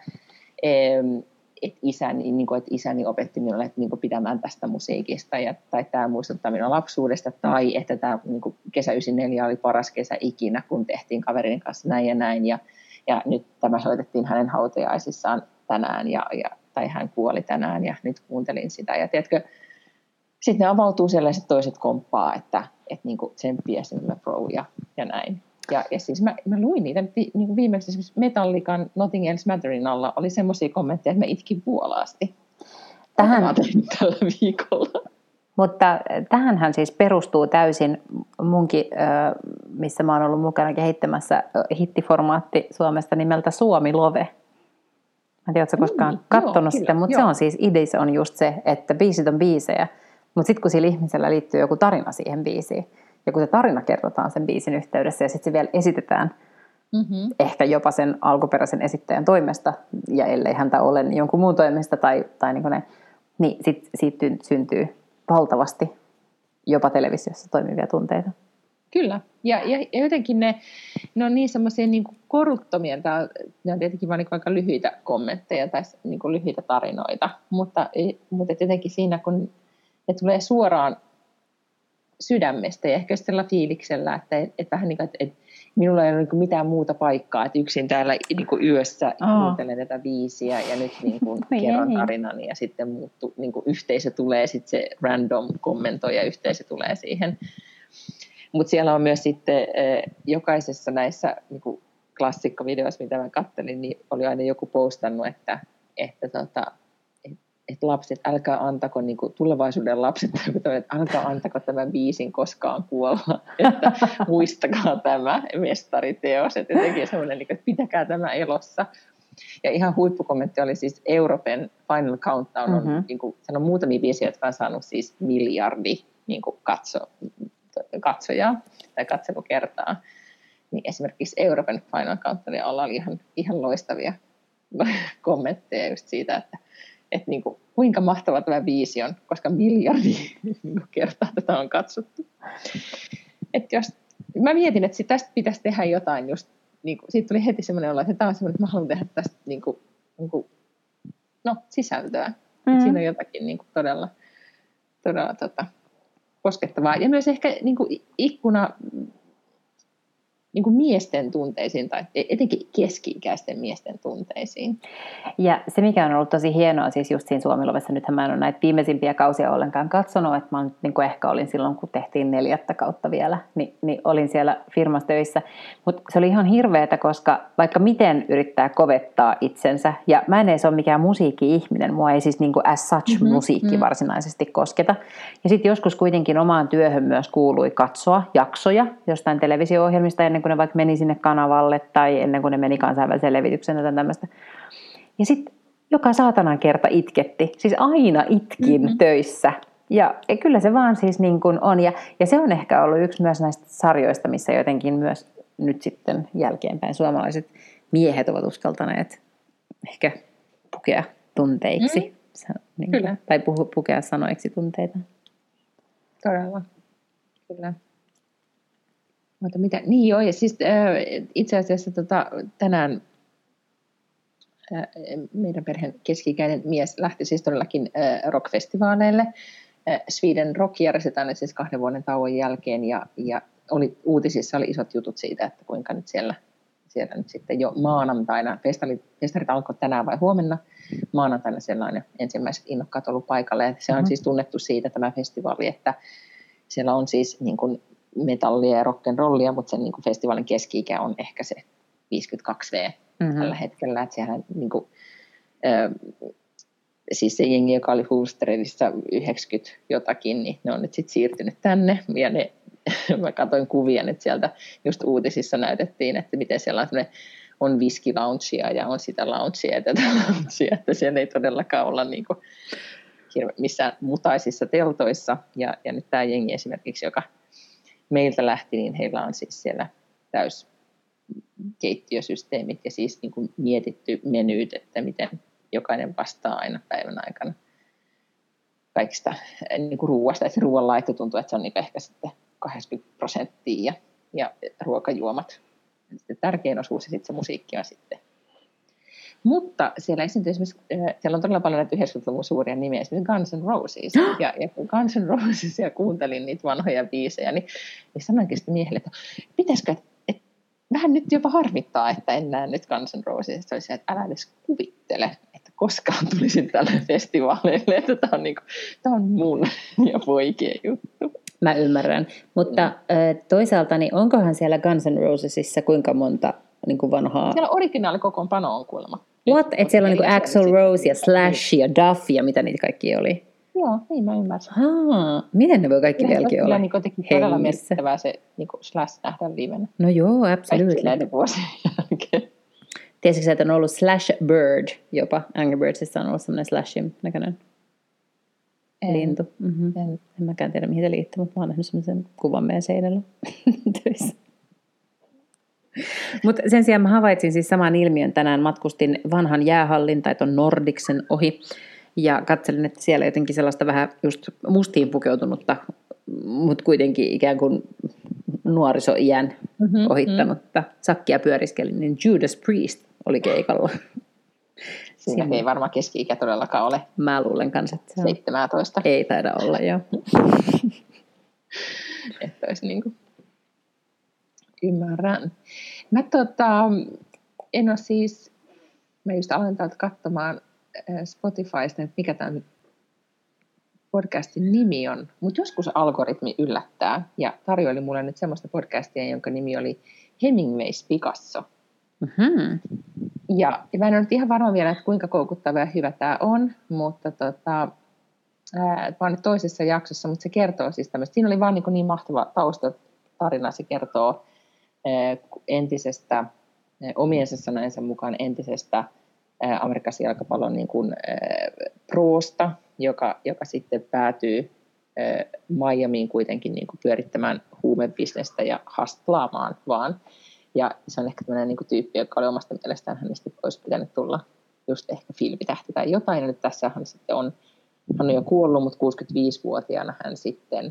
isäni opetti minulle, että niin kuin pitämään tästä musiikista, tai tämä muistuttaa minua lapsuudesta, tai että tämä niin kuin kesä 94 oli paras kesä ikinä, kun tehtiin kaverin kanssa näin ja näin, ja nyt tämä soitettiin hänen hautajaisissaan tänään, tai hän kuoli tänään, ja nyt kuuntelin sitä, ja tiedätkö, sitten ne avautuu sellaiset toiset komppaa, että niin kuin tsemppiä sinulle bro, ja näin. Ja siis mä luin niitä, niin viimeksi esimerkiksi Metallican Nothing Else Matterin alla oli semmoisia kommentteja, että mä itkin vuolaasti. Tähän mä tein tällä viikolla. Mutta tähänhän siis perustuu täysin munkin, missä mä oon ollut mukana kehittämässä hittiformaatti Suomesta nimeltä Suomi Love. Mä en tiedä, ootko koskaan katsonut sitä, mutta se on siis idea on just se, että biisit on biisejä, mutta sitten kun sillä ihmisellä liittyy joku tarina siihen biisiin, ja kun se tarina kerrotaan sen biisin yhteydessä ja sitten se vielä esitetään ehkä jopa sen alkuperäisen esittäjän toimesta, ja ellei häntä ole niin jonkun muun toimesta tai niin siitä syntyy valtavasti jopa televisiossa toimivia tunteita. Kyllä, ja jotenkin ne on niin semmoisia niin koruttomia, ne on tietenkin vain aika lyhyitä kommentteja tai niin lyhyitä tarinoita, mutta jotenkin siinä, kun ne tulee suoraan sydämestä ja ehkä sellaisella fiiliksellä, että vähän niin kuin, että minulla ei ole niin mitään muuta paikkaa, että yksin täällä niin kuin yössä kuuntelen tätä biisiä ja nyt niin kuin kerron tarinani ja sitten niin kuin yhteisö tulee, sitten se random kommentoija yhteisö tulee siihen. Mutta siellä on myös sitten jokaisessa näissä niin kuin klassikkovideoissa, mitä mä kattelin, niin oli aina joku postannut, että lapset, älkää antako, niin kuin tulevaisuuden lapset, että älkää antako tämän biisin koskaan kuolla, että muistakaa tämä mestariteos, että jotenkin semmoinen, että pitäkää tämä elossa. Ja ihan huippukommentti oli siis Europen Final Countdown, on, niin kuin, on muutamia biisejä, jotka on saanut siis miljardi niin kuin katsojaa tai katselukertaa. Niin esimerkiksi Europen Final Countdownia oli ihan loistavia kommentteja just siitä, että niin kuin, kuinka mahtava tämä biisi on, koska miljardi kertaa tätä on katsottu. Et jos, mä mietin, että tästä pitäisi tehdä jotain just, niin kuin, siitä tuli heti semmoinen olo, että tämä on semmoinen, että mä haluan tehdä tästä niin kuin, sisältöä. Siinä on jotakin niin kuin, todella koskettavaa. Ja myös ehkä niin kuin, ikkuna niin kuin miesten tunteisiin tai etenkin keski-ikäisten miesten tunteisiin. Ja se, mikä on ollut tosi hienoa siis just siinä Suomi-Lovessa, nythän mä en ole näitä viimeisimpiä kausia ollenkaan katsonut, että mä niin kuin ehkä olin silloin, kun tehtiin 4. kautta vielä, niin olin siellä firmassa töissä. Mutta se oli ihan hirveetä, koska vaikka miten yrittää kovettaa itsensä, ja mä en edes ole mikään musiikki-ihminen, mua ei siis niin kuin as such musiikki varsinaisesti kosketa. Ja sitten joskus kuitenkin omaan työhön myös kuului katsoa jaksoja jostain televisio-ohjelmista ennen kuin ne vaikka meni sinne kanavalle tai ennen kuin ne meni kansainväliseen levitykseen tai tämmöistä. Ja sitten joka saatanan kerta itketti. Siis aina itkin töissä. Ja kyllä se vaan siis niin kuin on. Ja se on ehkä ollut yksi myös näistä sarjoista, missä jotenkin myös nyt sitten jälkeenpäin suomalaiset miehet ovat uskaltaneet ehkä pukea tunteiksi. Niin, kyllä. Tai pukea sanoiksi tunteita. Todella. Kyllä. Mutta mitä? Niin joo, ja siis itse asiassa tänään meidän perheen keski-ikäinen mies lähti siis todellakin rockfestivaaleille. Sweden Rock järjestetään siis 2 vuoden tauon jälkeen, ja uutisissa oli isot jutut siitä, että kuinka nyt siellä nyt sitten jo maanantaina, festarit alkoi tänään vai huomenna, maanantaina siellä on ensimmäiset innokkaat ollut paikalle. Ja se on siis tunnettu siitä tämä festivaali, että siellä on siis niin kuin metallia ja rock'n'rollia, mutta sen niin kuin festivaalin keski-ikä on ehkä se 52V tällä hetkellä. Että siellä, niin kuin, siis se jengi, joka oli Hulsterissa 90 jotakin, niin ne on nyt sitten siirtynyt tänne. Ja mä katsoin kuvia nyt sieltä, just uutisissa näytettiin, että miten siellä on whisky-loungea ja on sitä loungea ja tätä loungea, että siellä ei todellakaan olla niin kuin missään mutaisissa teltoissa. Ja nyt tämä jengi esimerkiksi, joka meiltä lähti, niin heillä on siis siellä täyskeittiösysteemit ja siis niin kuin mietitty menyyt, että miten jokainen vastaa aina päivän aikana kaikista niin kuin ruuasta. Että se ruoanlaitto tuntuu, että se on niin ehkä sitten 80% ja ruokajuomat. Sitten tärkein osuus ja sitten se musiikki on sitten. Mutta siellä esiintyy esimerkiksi, siellä on todella paljon näitä 90-luvun suuria nimiä, esimerkiksi Guns N' Roses. Ja kun Guns N' Rosesia kuuntelin niitä vanhoja biisejä, niin sanoinkin sitten miehelle, että pitäisikö, että vähän nyt jopa harmittaa, että en näe nyt Guns N' Rosesia. Se oli se, että älä edes kuvittele, että koskaan tulisin tälle festivaaleille, että tämä on mun ja poikien juttu. Mä ymmärrän, mutta toisaalta niin onkohan siellä Guns N' Rosesissa kuinka monta niin kuin vanhaa? Siellä originaali-kokoonpano on kuulemma. What? Että siellä on niin kuin Axl Rose ja Slash ja Duff ja mitä niitä kaikki oli? Joo, niin mä ymmärsin. Miten ne voi kaikki vieläkin olla niin teki todella merkittävää se niin Slash nähdään livenä. No joo, absolutely. Kaikki näiden vuosien jälkeen. Tiesitkö, että on ollut Slash Bird jopa? Angry Birdsissa on ollut semmoinen Slashin näköinen lintu. En mäkään tiedä, mihin se liittyy, mutta mä oon nähnyt semmoisen kuvan meidän seinällä töissä. Mutta sen sijaan mä havaitsin siis saman ilmiön tänään. Matkustin vanhan jäähallin tai ton Nordicsen ohi ja katselin, että siellä jotenkin sellaista vähän just mustiin pukeutunutta, mutta kuitenkin ikään kuin nuorisoiän ohittanutta sakkia pyöriskelin, niin Judas Priest oli keikalla. Siinä ei varmaan keski-ikä todellakaan ole. Mä luulen kanssa, että se on 17. Ei taida olla, joo. Että olisi niin kuin ymmärrän. Mä en ole siis, mä just aloin täältä katsomaan Spotifysta, että mikä tämä podcastin nimi on, mutta joskus algoritmi yllättää ja tarjoili mulle nyt semmoista podcastia, jonka nimi oli Hemingway's Picasso. Mm-hmm. Ja mä en ole nyt ihan varma vielä, että kuinka koukuttava ja hyvä tämä on, mutta mä oon nyt toisessa jaksossa, mutta se kertoo siis tämmöistä. Siinä oli vaan niin mahtava taustatarina. Se kertoo entisestä, omiensa sanojensa mukaan entisestä Amerikan jalkapallon niin kuin, proosta, joka sitten päätyy Miamiin kuitenkin niin kuin pyörittämään huumebisnestä ja hastlaamaan vaan. Ja se on ehkä tämmöinen niin kuin tyyppi, joka oli omasta mielestään hänestä olisi pitänyt tulla just ehkä filmitähti tai jotain. Ja nyt tässä hän sitten hän on jo kuollut, mutta 65-vuotiaana hän sitten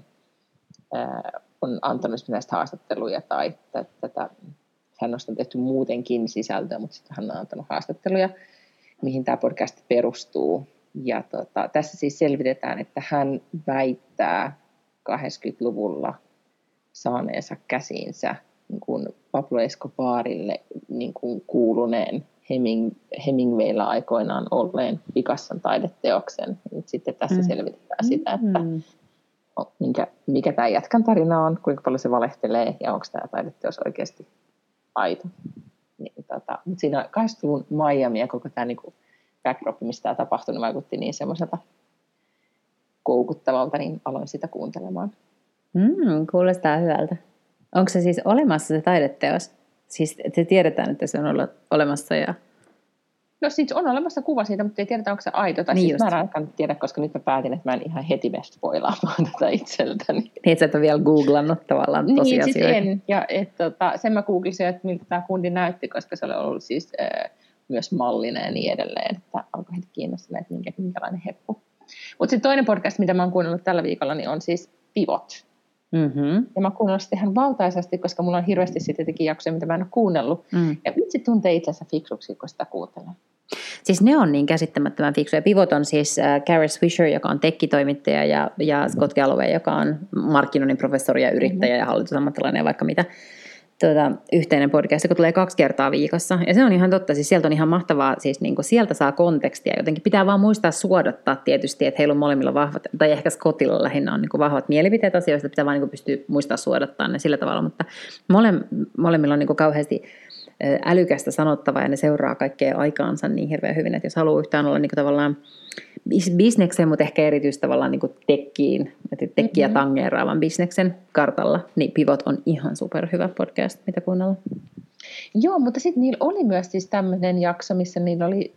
on antanut näistä haastatteluja tai tätä. Hän on tehty muutenkin sisältöä, mutta sitten hän on antanut haastatteluja, mihin tämä podcast perustuu. Ja tässä siis selvitetään, että hän väittää 80-luvulla saaneensa käsiinsä niin kuin Pablo Escobarille niin kuin kuuluneen Hemingwaylla aikoinaan olleen Picasson taideteoksen. Nyt sitten tässä selvitetään sitä, että mikä tämä jätkän tarina on, kuinka paljon se valehtelee ja onko tämä taideteos oikeasti aito. Niin, mutta siinä 80-luvun Miami ja koko tämä niin kuin backdrop, mistä tämä tapahtui, niin vaikutti niin semmoiselta koukuttavalta, niin aloin sitä kuuntelemaan. Kuulostaa hyvältä. Onko se siis olemassa se taideteos? Siis se tiedetään, että se on ollut olemassa ja... No siis on olemassa kuva siitä, mutta ei tiedetä, onko se aito. Tai niin siis mä en ainakaan tiedä, koska nyt mä päätin, että mä en ihan heti mene spoilaamaan tätä itseltäni. Niin, että sä et ole vielä googlannut tavallaan tosiasioita. Niin, siis en. Ja sen mä googlasin, että miltä tämä kundi näytti, koska se oli ollut siis myös mallinen ja niin edelleen. Että alkoi heti kiinnostaa, että minkälainen heppu. Mutta sitten toinen podcast, mitä mä oon kuunnellut tällä viikolla, niin on siis Pivot. Mm-hmm. Ja mä kuunnellut sitä ihan valtaisesti, koska mulla on hirveästi sitten jotenkin jaksoja, mitä mä en ole kuunnellut. Ja vitsi tuntee itsensä fiksuksi, kun sitä kuuntelee. Siis ne on niin käsittämättömän fiksuja. Pivot on siis Kara Swisher, joka on tekkitoimittaja, ja Scott Galloway, joka on markkinoinnin professori ja yrittäjä ja hallitusammattilainen ja vaikka mitä. Yhteinen podcast, joka tulee 2 kertaa viikossa. Ja se on ihan totta, siis sieltä on ihan mahtavaa, siis niin kuin sieltä saa kontekstia. Jotenkin pitää vaan muistaa suodattaa tietysti, että heillä on molemmilla vahvat, tai ehkä Scottilla lähinnä on niin kuin vahvat mielipiteet asioista, pitää vaan niin kuin pystyä muistaa suodattaa ne sillä tavalla, mutta molemmilla on niin kuin kauheasti älykästä sanottavaa ja ne seuraa kaikkea aikaansa niin hirveän hyvin, että jos haluaa yhtään olla niin kuin tavallaan bisneksen, mutta ehkä erityisesti tavallaan niin kuin tekkiä tangeeraavan bisneksen kartalla, niin Pivot on ihan superhyvä podcast, mitä kuunnella. Joo, mutta sitten niillä oli myös siis tämmöinen jakso, missä niillä oli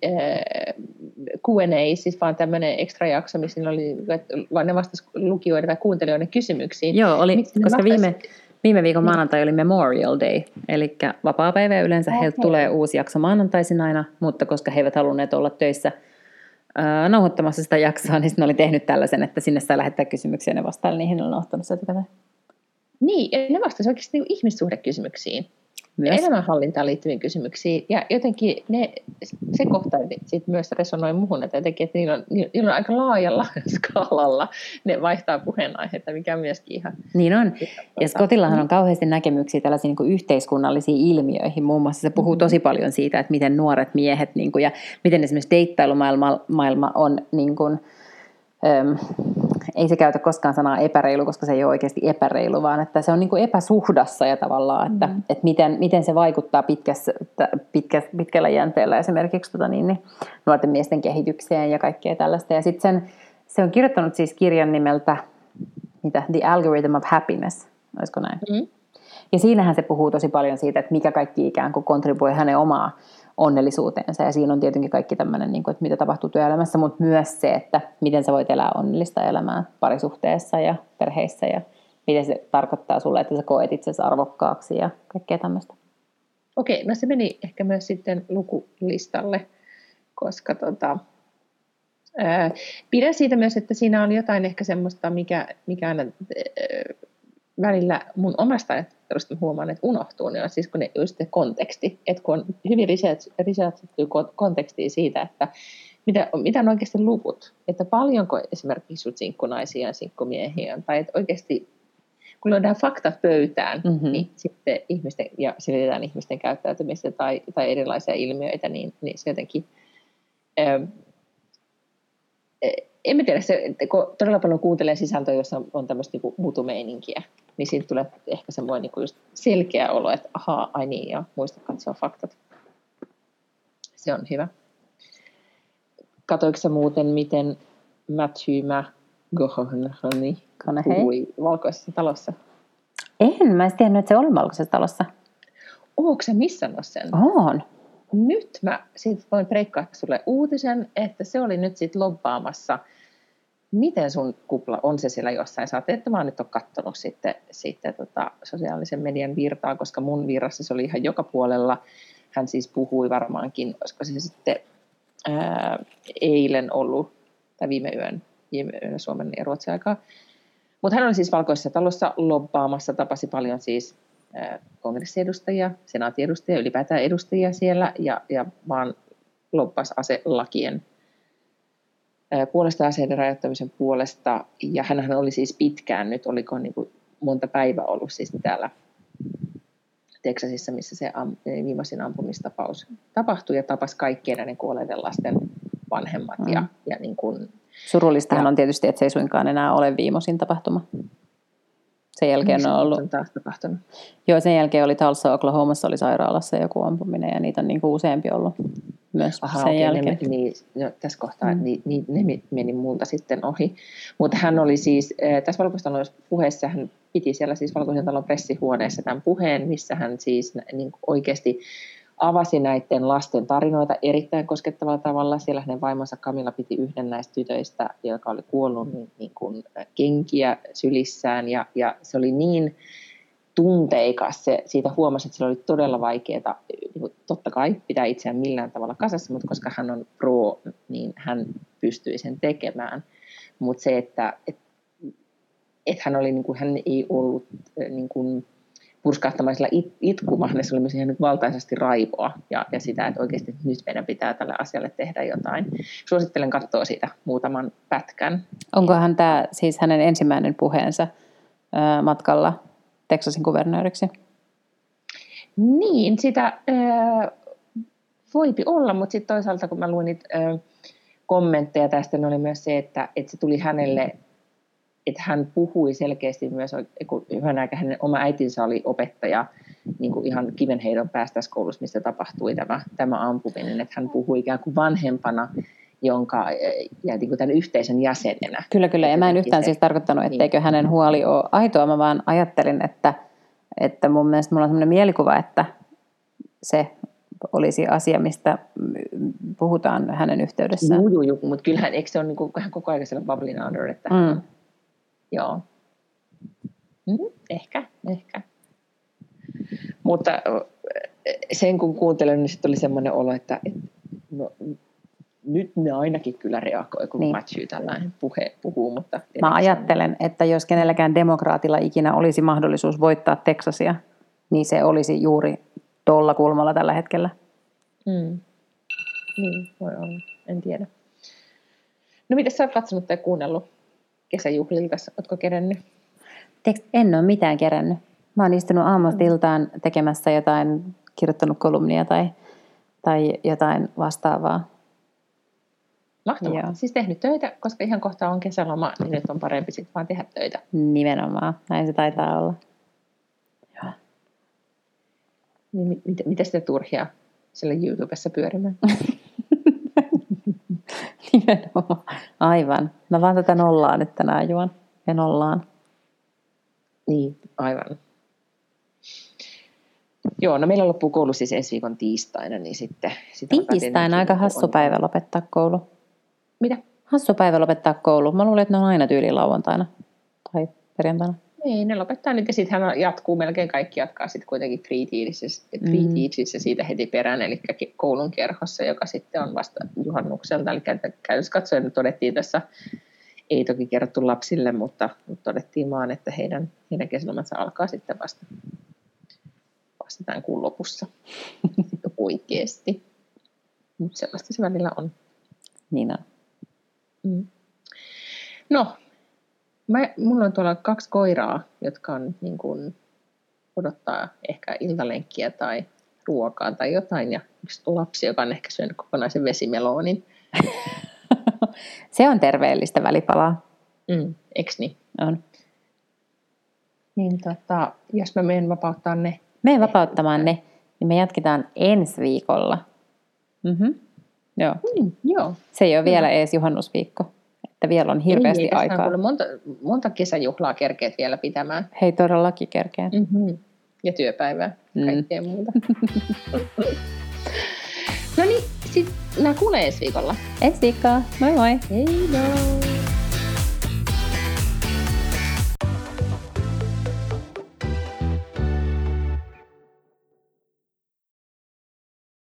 Q&A, siis vaan tämmöinen ekstra jakso, missä niillä oli, vaan ne vastasi lukijoiden tai kuuntelijoiden kysymyksiin. Joo, oli, koska viime viikon maanantai oli Memorial Day, eli vapaapäivä ja yleensä heiltä tulee uusi jakso maanantaisin aina, mutta koska he eivät halunneet olla töissä nauhoittamassa sitä jaksoa, niin ne oli tehnyt tällaisen, että sinne saa lähettää kysymyksiä ja ne vastaili niihin, ne on nauhoittanut sitä etukäteen. Niin, ja ne vastasi oikeasti niin ihmissuhdekysymyksiin. Myös. Elämänhallintaan liittyviin kysymyksiin. Ja jotenkin se kohta myös resonoi muuhun, että jotenkin, että niillä on aika laajalla skaalalla. Ne vaihtaa puheenaiheita, mikä on myöskin ihan... Niin on. Ja Scottillahan on kauheasti näkemyksiä tällaisiin niin kuin yhteiskunnallisiin ilmiöihin. Muun muassa se puhuu tosi paljon siitä, että miten nuoret miehet niin kuin, ja miten esimerkiksi deittailumaailma on... Niin kuin, ei se käytä koskaan sanaa epäreilu, koska se ei ole oikeasti epäreilu, vaan että se on niin kuin epäsuhdassa ja tavallaan, että miten se vaikuttaa pitkällä jänteellä esimerkiksi nuorten miesten kehitykseen ja kaikkea tällaista. Ja sitten se on kirjoittanut siis kirjan nimeltä The Algorithm of Happiness, olisiko näin? Ja siinähän se puhuu tosi paljon siitä, että mikä kaikki ikään kuin kontribuoi hänen omaa onnellisuuteensa. Ja siinä on tietenkin kaikki tämmöinen, että mitä tapahtuu työelämässä, mutta myös se, että miten sä voit elää onnellista elämää parisuhteessa ja perheissä ja miten se tarkoittaa sulle, että sä koet itsesi arvokkaaksi ja kaikkea tämmöistä. Okei, no se meni ehkä myös sitten lukulistalle, koska pidän siitä myös, että siinä oli jotain ehkä semmoista, mikä aina välillä mun omasta ajattelusta huomaan, että unohtuu, niin on siis kun just se konteksti, että kun on hyvin researchattu kontekstia siitä, että mitä on oikeasti luvut, että paljonko esimerkiksi sinkkunaisia ja sinkkumiehiä on, tai että oikeasti kun löydään faktat pöytään, niin sitten selitetään ihmisten käyttäytymistä tai erilaisia ilmiöitä, niin se jotenkin... En mä tiedä, kun todella paljon kuuntelee sisältöä, jossa on tämmöistä niin mutumeininkiä, niin siitä tulee ehkä semmoinen niin just selkeä olo, että ahaa, ai niin, ja muista katsoa faktat. Se on hyvä. Katoiko sä muuten, miten Matthew McConaughey puhui Valkoisessa talossa? Mä en tiennyt, että se oli Valkoisessa talossa. Ootko sä missannut sen? Oon. Nyt mä siitä voin breikkaa sulle uutisen, että se oli nyt sit lobbaamassa. Miten sun kupla on se siellä jossain? Sä et vaan nyt ole katsonut sitten sosiaalisen median virtaa, koska mun virrassa se oli ihan joka puolella. Hän siis puhui varmaankin, olisiko se sitten eilen ollut, tai viime yönä Suomen ja Ruotsin aikaa. Mutta hän oli siis Valkoisessa talossa lobbaamassa, tapasi paljon siis kongressiedustajia, senaatiedustajia, ylipäätään edustajia siellä, ja vaan lobbasi aselakien puolesta, aseiden rajoittamisen puolesta. Ja hänhän oli siis pitkään nyt, oliko niin kuin monta päivää ollut siis täällä Teksasissa, missä se viimeisin ampumistapaus tapahtui, ja tapasi kaikkien näiden kuolleiden lasten vanhemmat. Ja niin kuin, surullistahan on tietysti, että se ei suinkaan enää ole viimeisin tapahtuma. Sen jälkeen on ollut... taas tapahtunut. Joo, sen jälkeen oli Tulsa, Oklahomassa oli sairaalassa joku ampuminen, ja niitä on niin kuin useampi ollut myös sen jälkeen. Tässä kohtaa ne meni multa sitten ohi. Mutta hän oli siis, tässä Valkoisen talon puheessa, hän piti siellä siis Valkoisen talon pressihuoneessa tämän puheen, missä hän siis niin oikeasti avasi näiden lasten tarinoita erittäin koskettavalla tavalla. Siellä hänen vaimonsa Camilla piti yhden näistä tytöistä, joka oli kuollut niin kuin kenkiä sylissään. Ja se oli niin tunteikas. Siitä huomasi, että sillä oli todella vaikeaa. Totta kai pitää itseään millään tavalla kasassa, mutta koska hän on pro, niin hän pystyi sen tekemään. Mutta se, että hän oli, niin kuin, hän ei ollut niin kuin purskahtamaisella itkumaan, se oli myös ihan nyt valtaisesti raivoa ja sitä, että oikeasti nyt meidän pitää tälle asialle tehdä jotain. Suosittelen katsoa siitä muutaman pätkän. Onkohan tämä siis hänen ensimmäinen puheensa matkalla Texasin kuvernööriksi? Niin, sitä voipi olla, mutta sitten toisaalta kun mä luin niitä kommentteja tästä, niin oli myös se, että se tuli hänelle, että hän puhui selkeästi myös, kun hyvän aikaa hänen oma äitinsä oli opettaja niin kuin ihan kivenheidon päästä tässä koulussa, missä tapahtui tämä ampuminen, että hän puhui ikään kuin vanhempana ja niin kuin tämän yhteisön jäsenenä. Kyllä, ja mä en yhtään siis tarkoittanut, etteikö hänen huoli ole aitoa, mä vaan ajattelin, että mun mielestä mulla on sellainen mielikuva, että se olisi asia, mistä puhutaan hänen yhteydessään. Joo, mutta kyllähän eikö se ole niin kuin vähän koko ajan siellä bubbling under, että joo. Ehkä. Mutta sen kun kuuntelin, niin sitten oli semmoinen olo, että nyt ne ainakin kyllä reagoi, kun Matthew tällainen puhuu. Mutta mä ajattelen, että jos kenelläkään demokraatilla ikinä olisi mahdollisuus voittaa Teksasia, niin se olisi juuri tuolla kulmalla tällä hetkellä. Niin, voi olla. En tiedä. No mitäs sä oot katsonut tai kuunnellut kesäjuhlilta? Ootko kerennyt? En ole mitään kerännyt. Mä oon istunut aamusta iltaan tekemässä jotain, kirjoittanut kolumnia tai jotain vastaavaa. Mahtavaa. Joo. Siis tehnyt töitä, koska ihan kohta on kesäloma, niin nyt on parempi sitten vaan tehdä töitä. Nimenomaan. Näin se taitaa olla. Joo. Niin, mitä sitä turhia siellä YouTubessa pyörimään? Nimenomaan. Aivan. Mä vaan tätä nollaan nyt tänään juon. Ja nollaan. Niin, aivan. Joo, no meillä loppuu koulu siis ensi viikon tiistaina, niin sitten... Tiistaina aika hassu päivä lopettaa koulu. Mitä? Hassu päivä lopettaa koulu. Mä luulen, että ne on aina tyyli lauantaina tai perjantaina. Ei, ne lopettaa nyt ja sitten hän jatkuu, melkein kaikki jatkaa sitten kuitenkin free teachissä siitä heti perään, eli koulun kerhossa, joka sitten on vasta juhannukselta. Eli käytössä katsoen todettiin tässä, ei toki kerrottu lapsille, mutta todettiin vaan, että heidän kesälomansa alkaa sitten vasta tämän kuun lopussa. Oikeasti. Mutta sellaista se välillä on. Niin on. No, mulla on tuolla 2 koiraa, jotka on niin kuin odottaa ehkä iltalenkkiä tai ruokaa tai jotain. Ja yksi lapsi, joka on ehkä syönyt kokonaisen vesimeloonin. Se on terveellistä välipalaa. Eikö niin? On. Niin jos mä menen vapauttaa ne. Menen vapauttamaan ne, niin me jatketaan ensi viikolla. Joo. Joo. Se ei ole vielä edes juhannusviikko, että vielä on hirveästi ei, aikaa. Monta kesäjuhlaa kerkeet vielä pitämään. Hei, todellakin kerkeen. Ja työpäivää, kaikkea muuta. No niin, sitten kuulee ensi viikolla. Ensi viikkoa. Moi moi. Hei joo.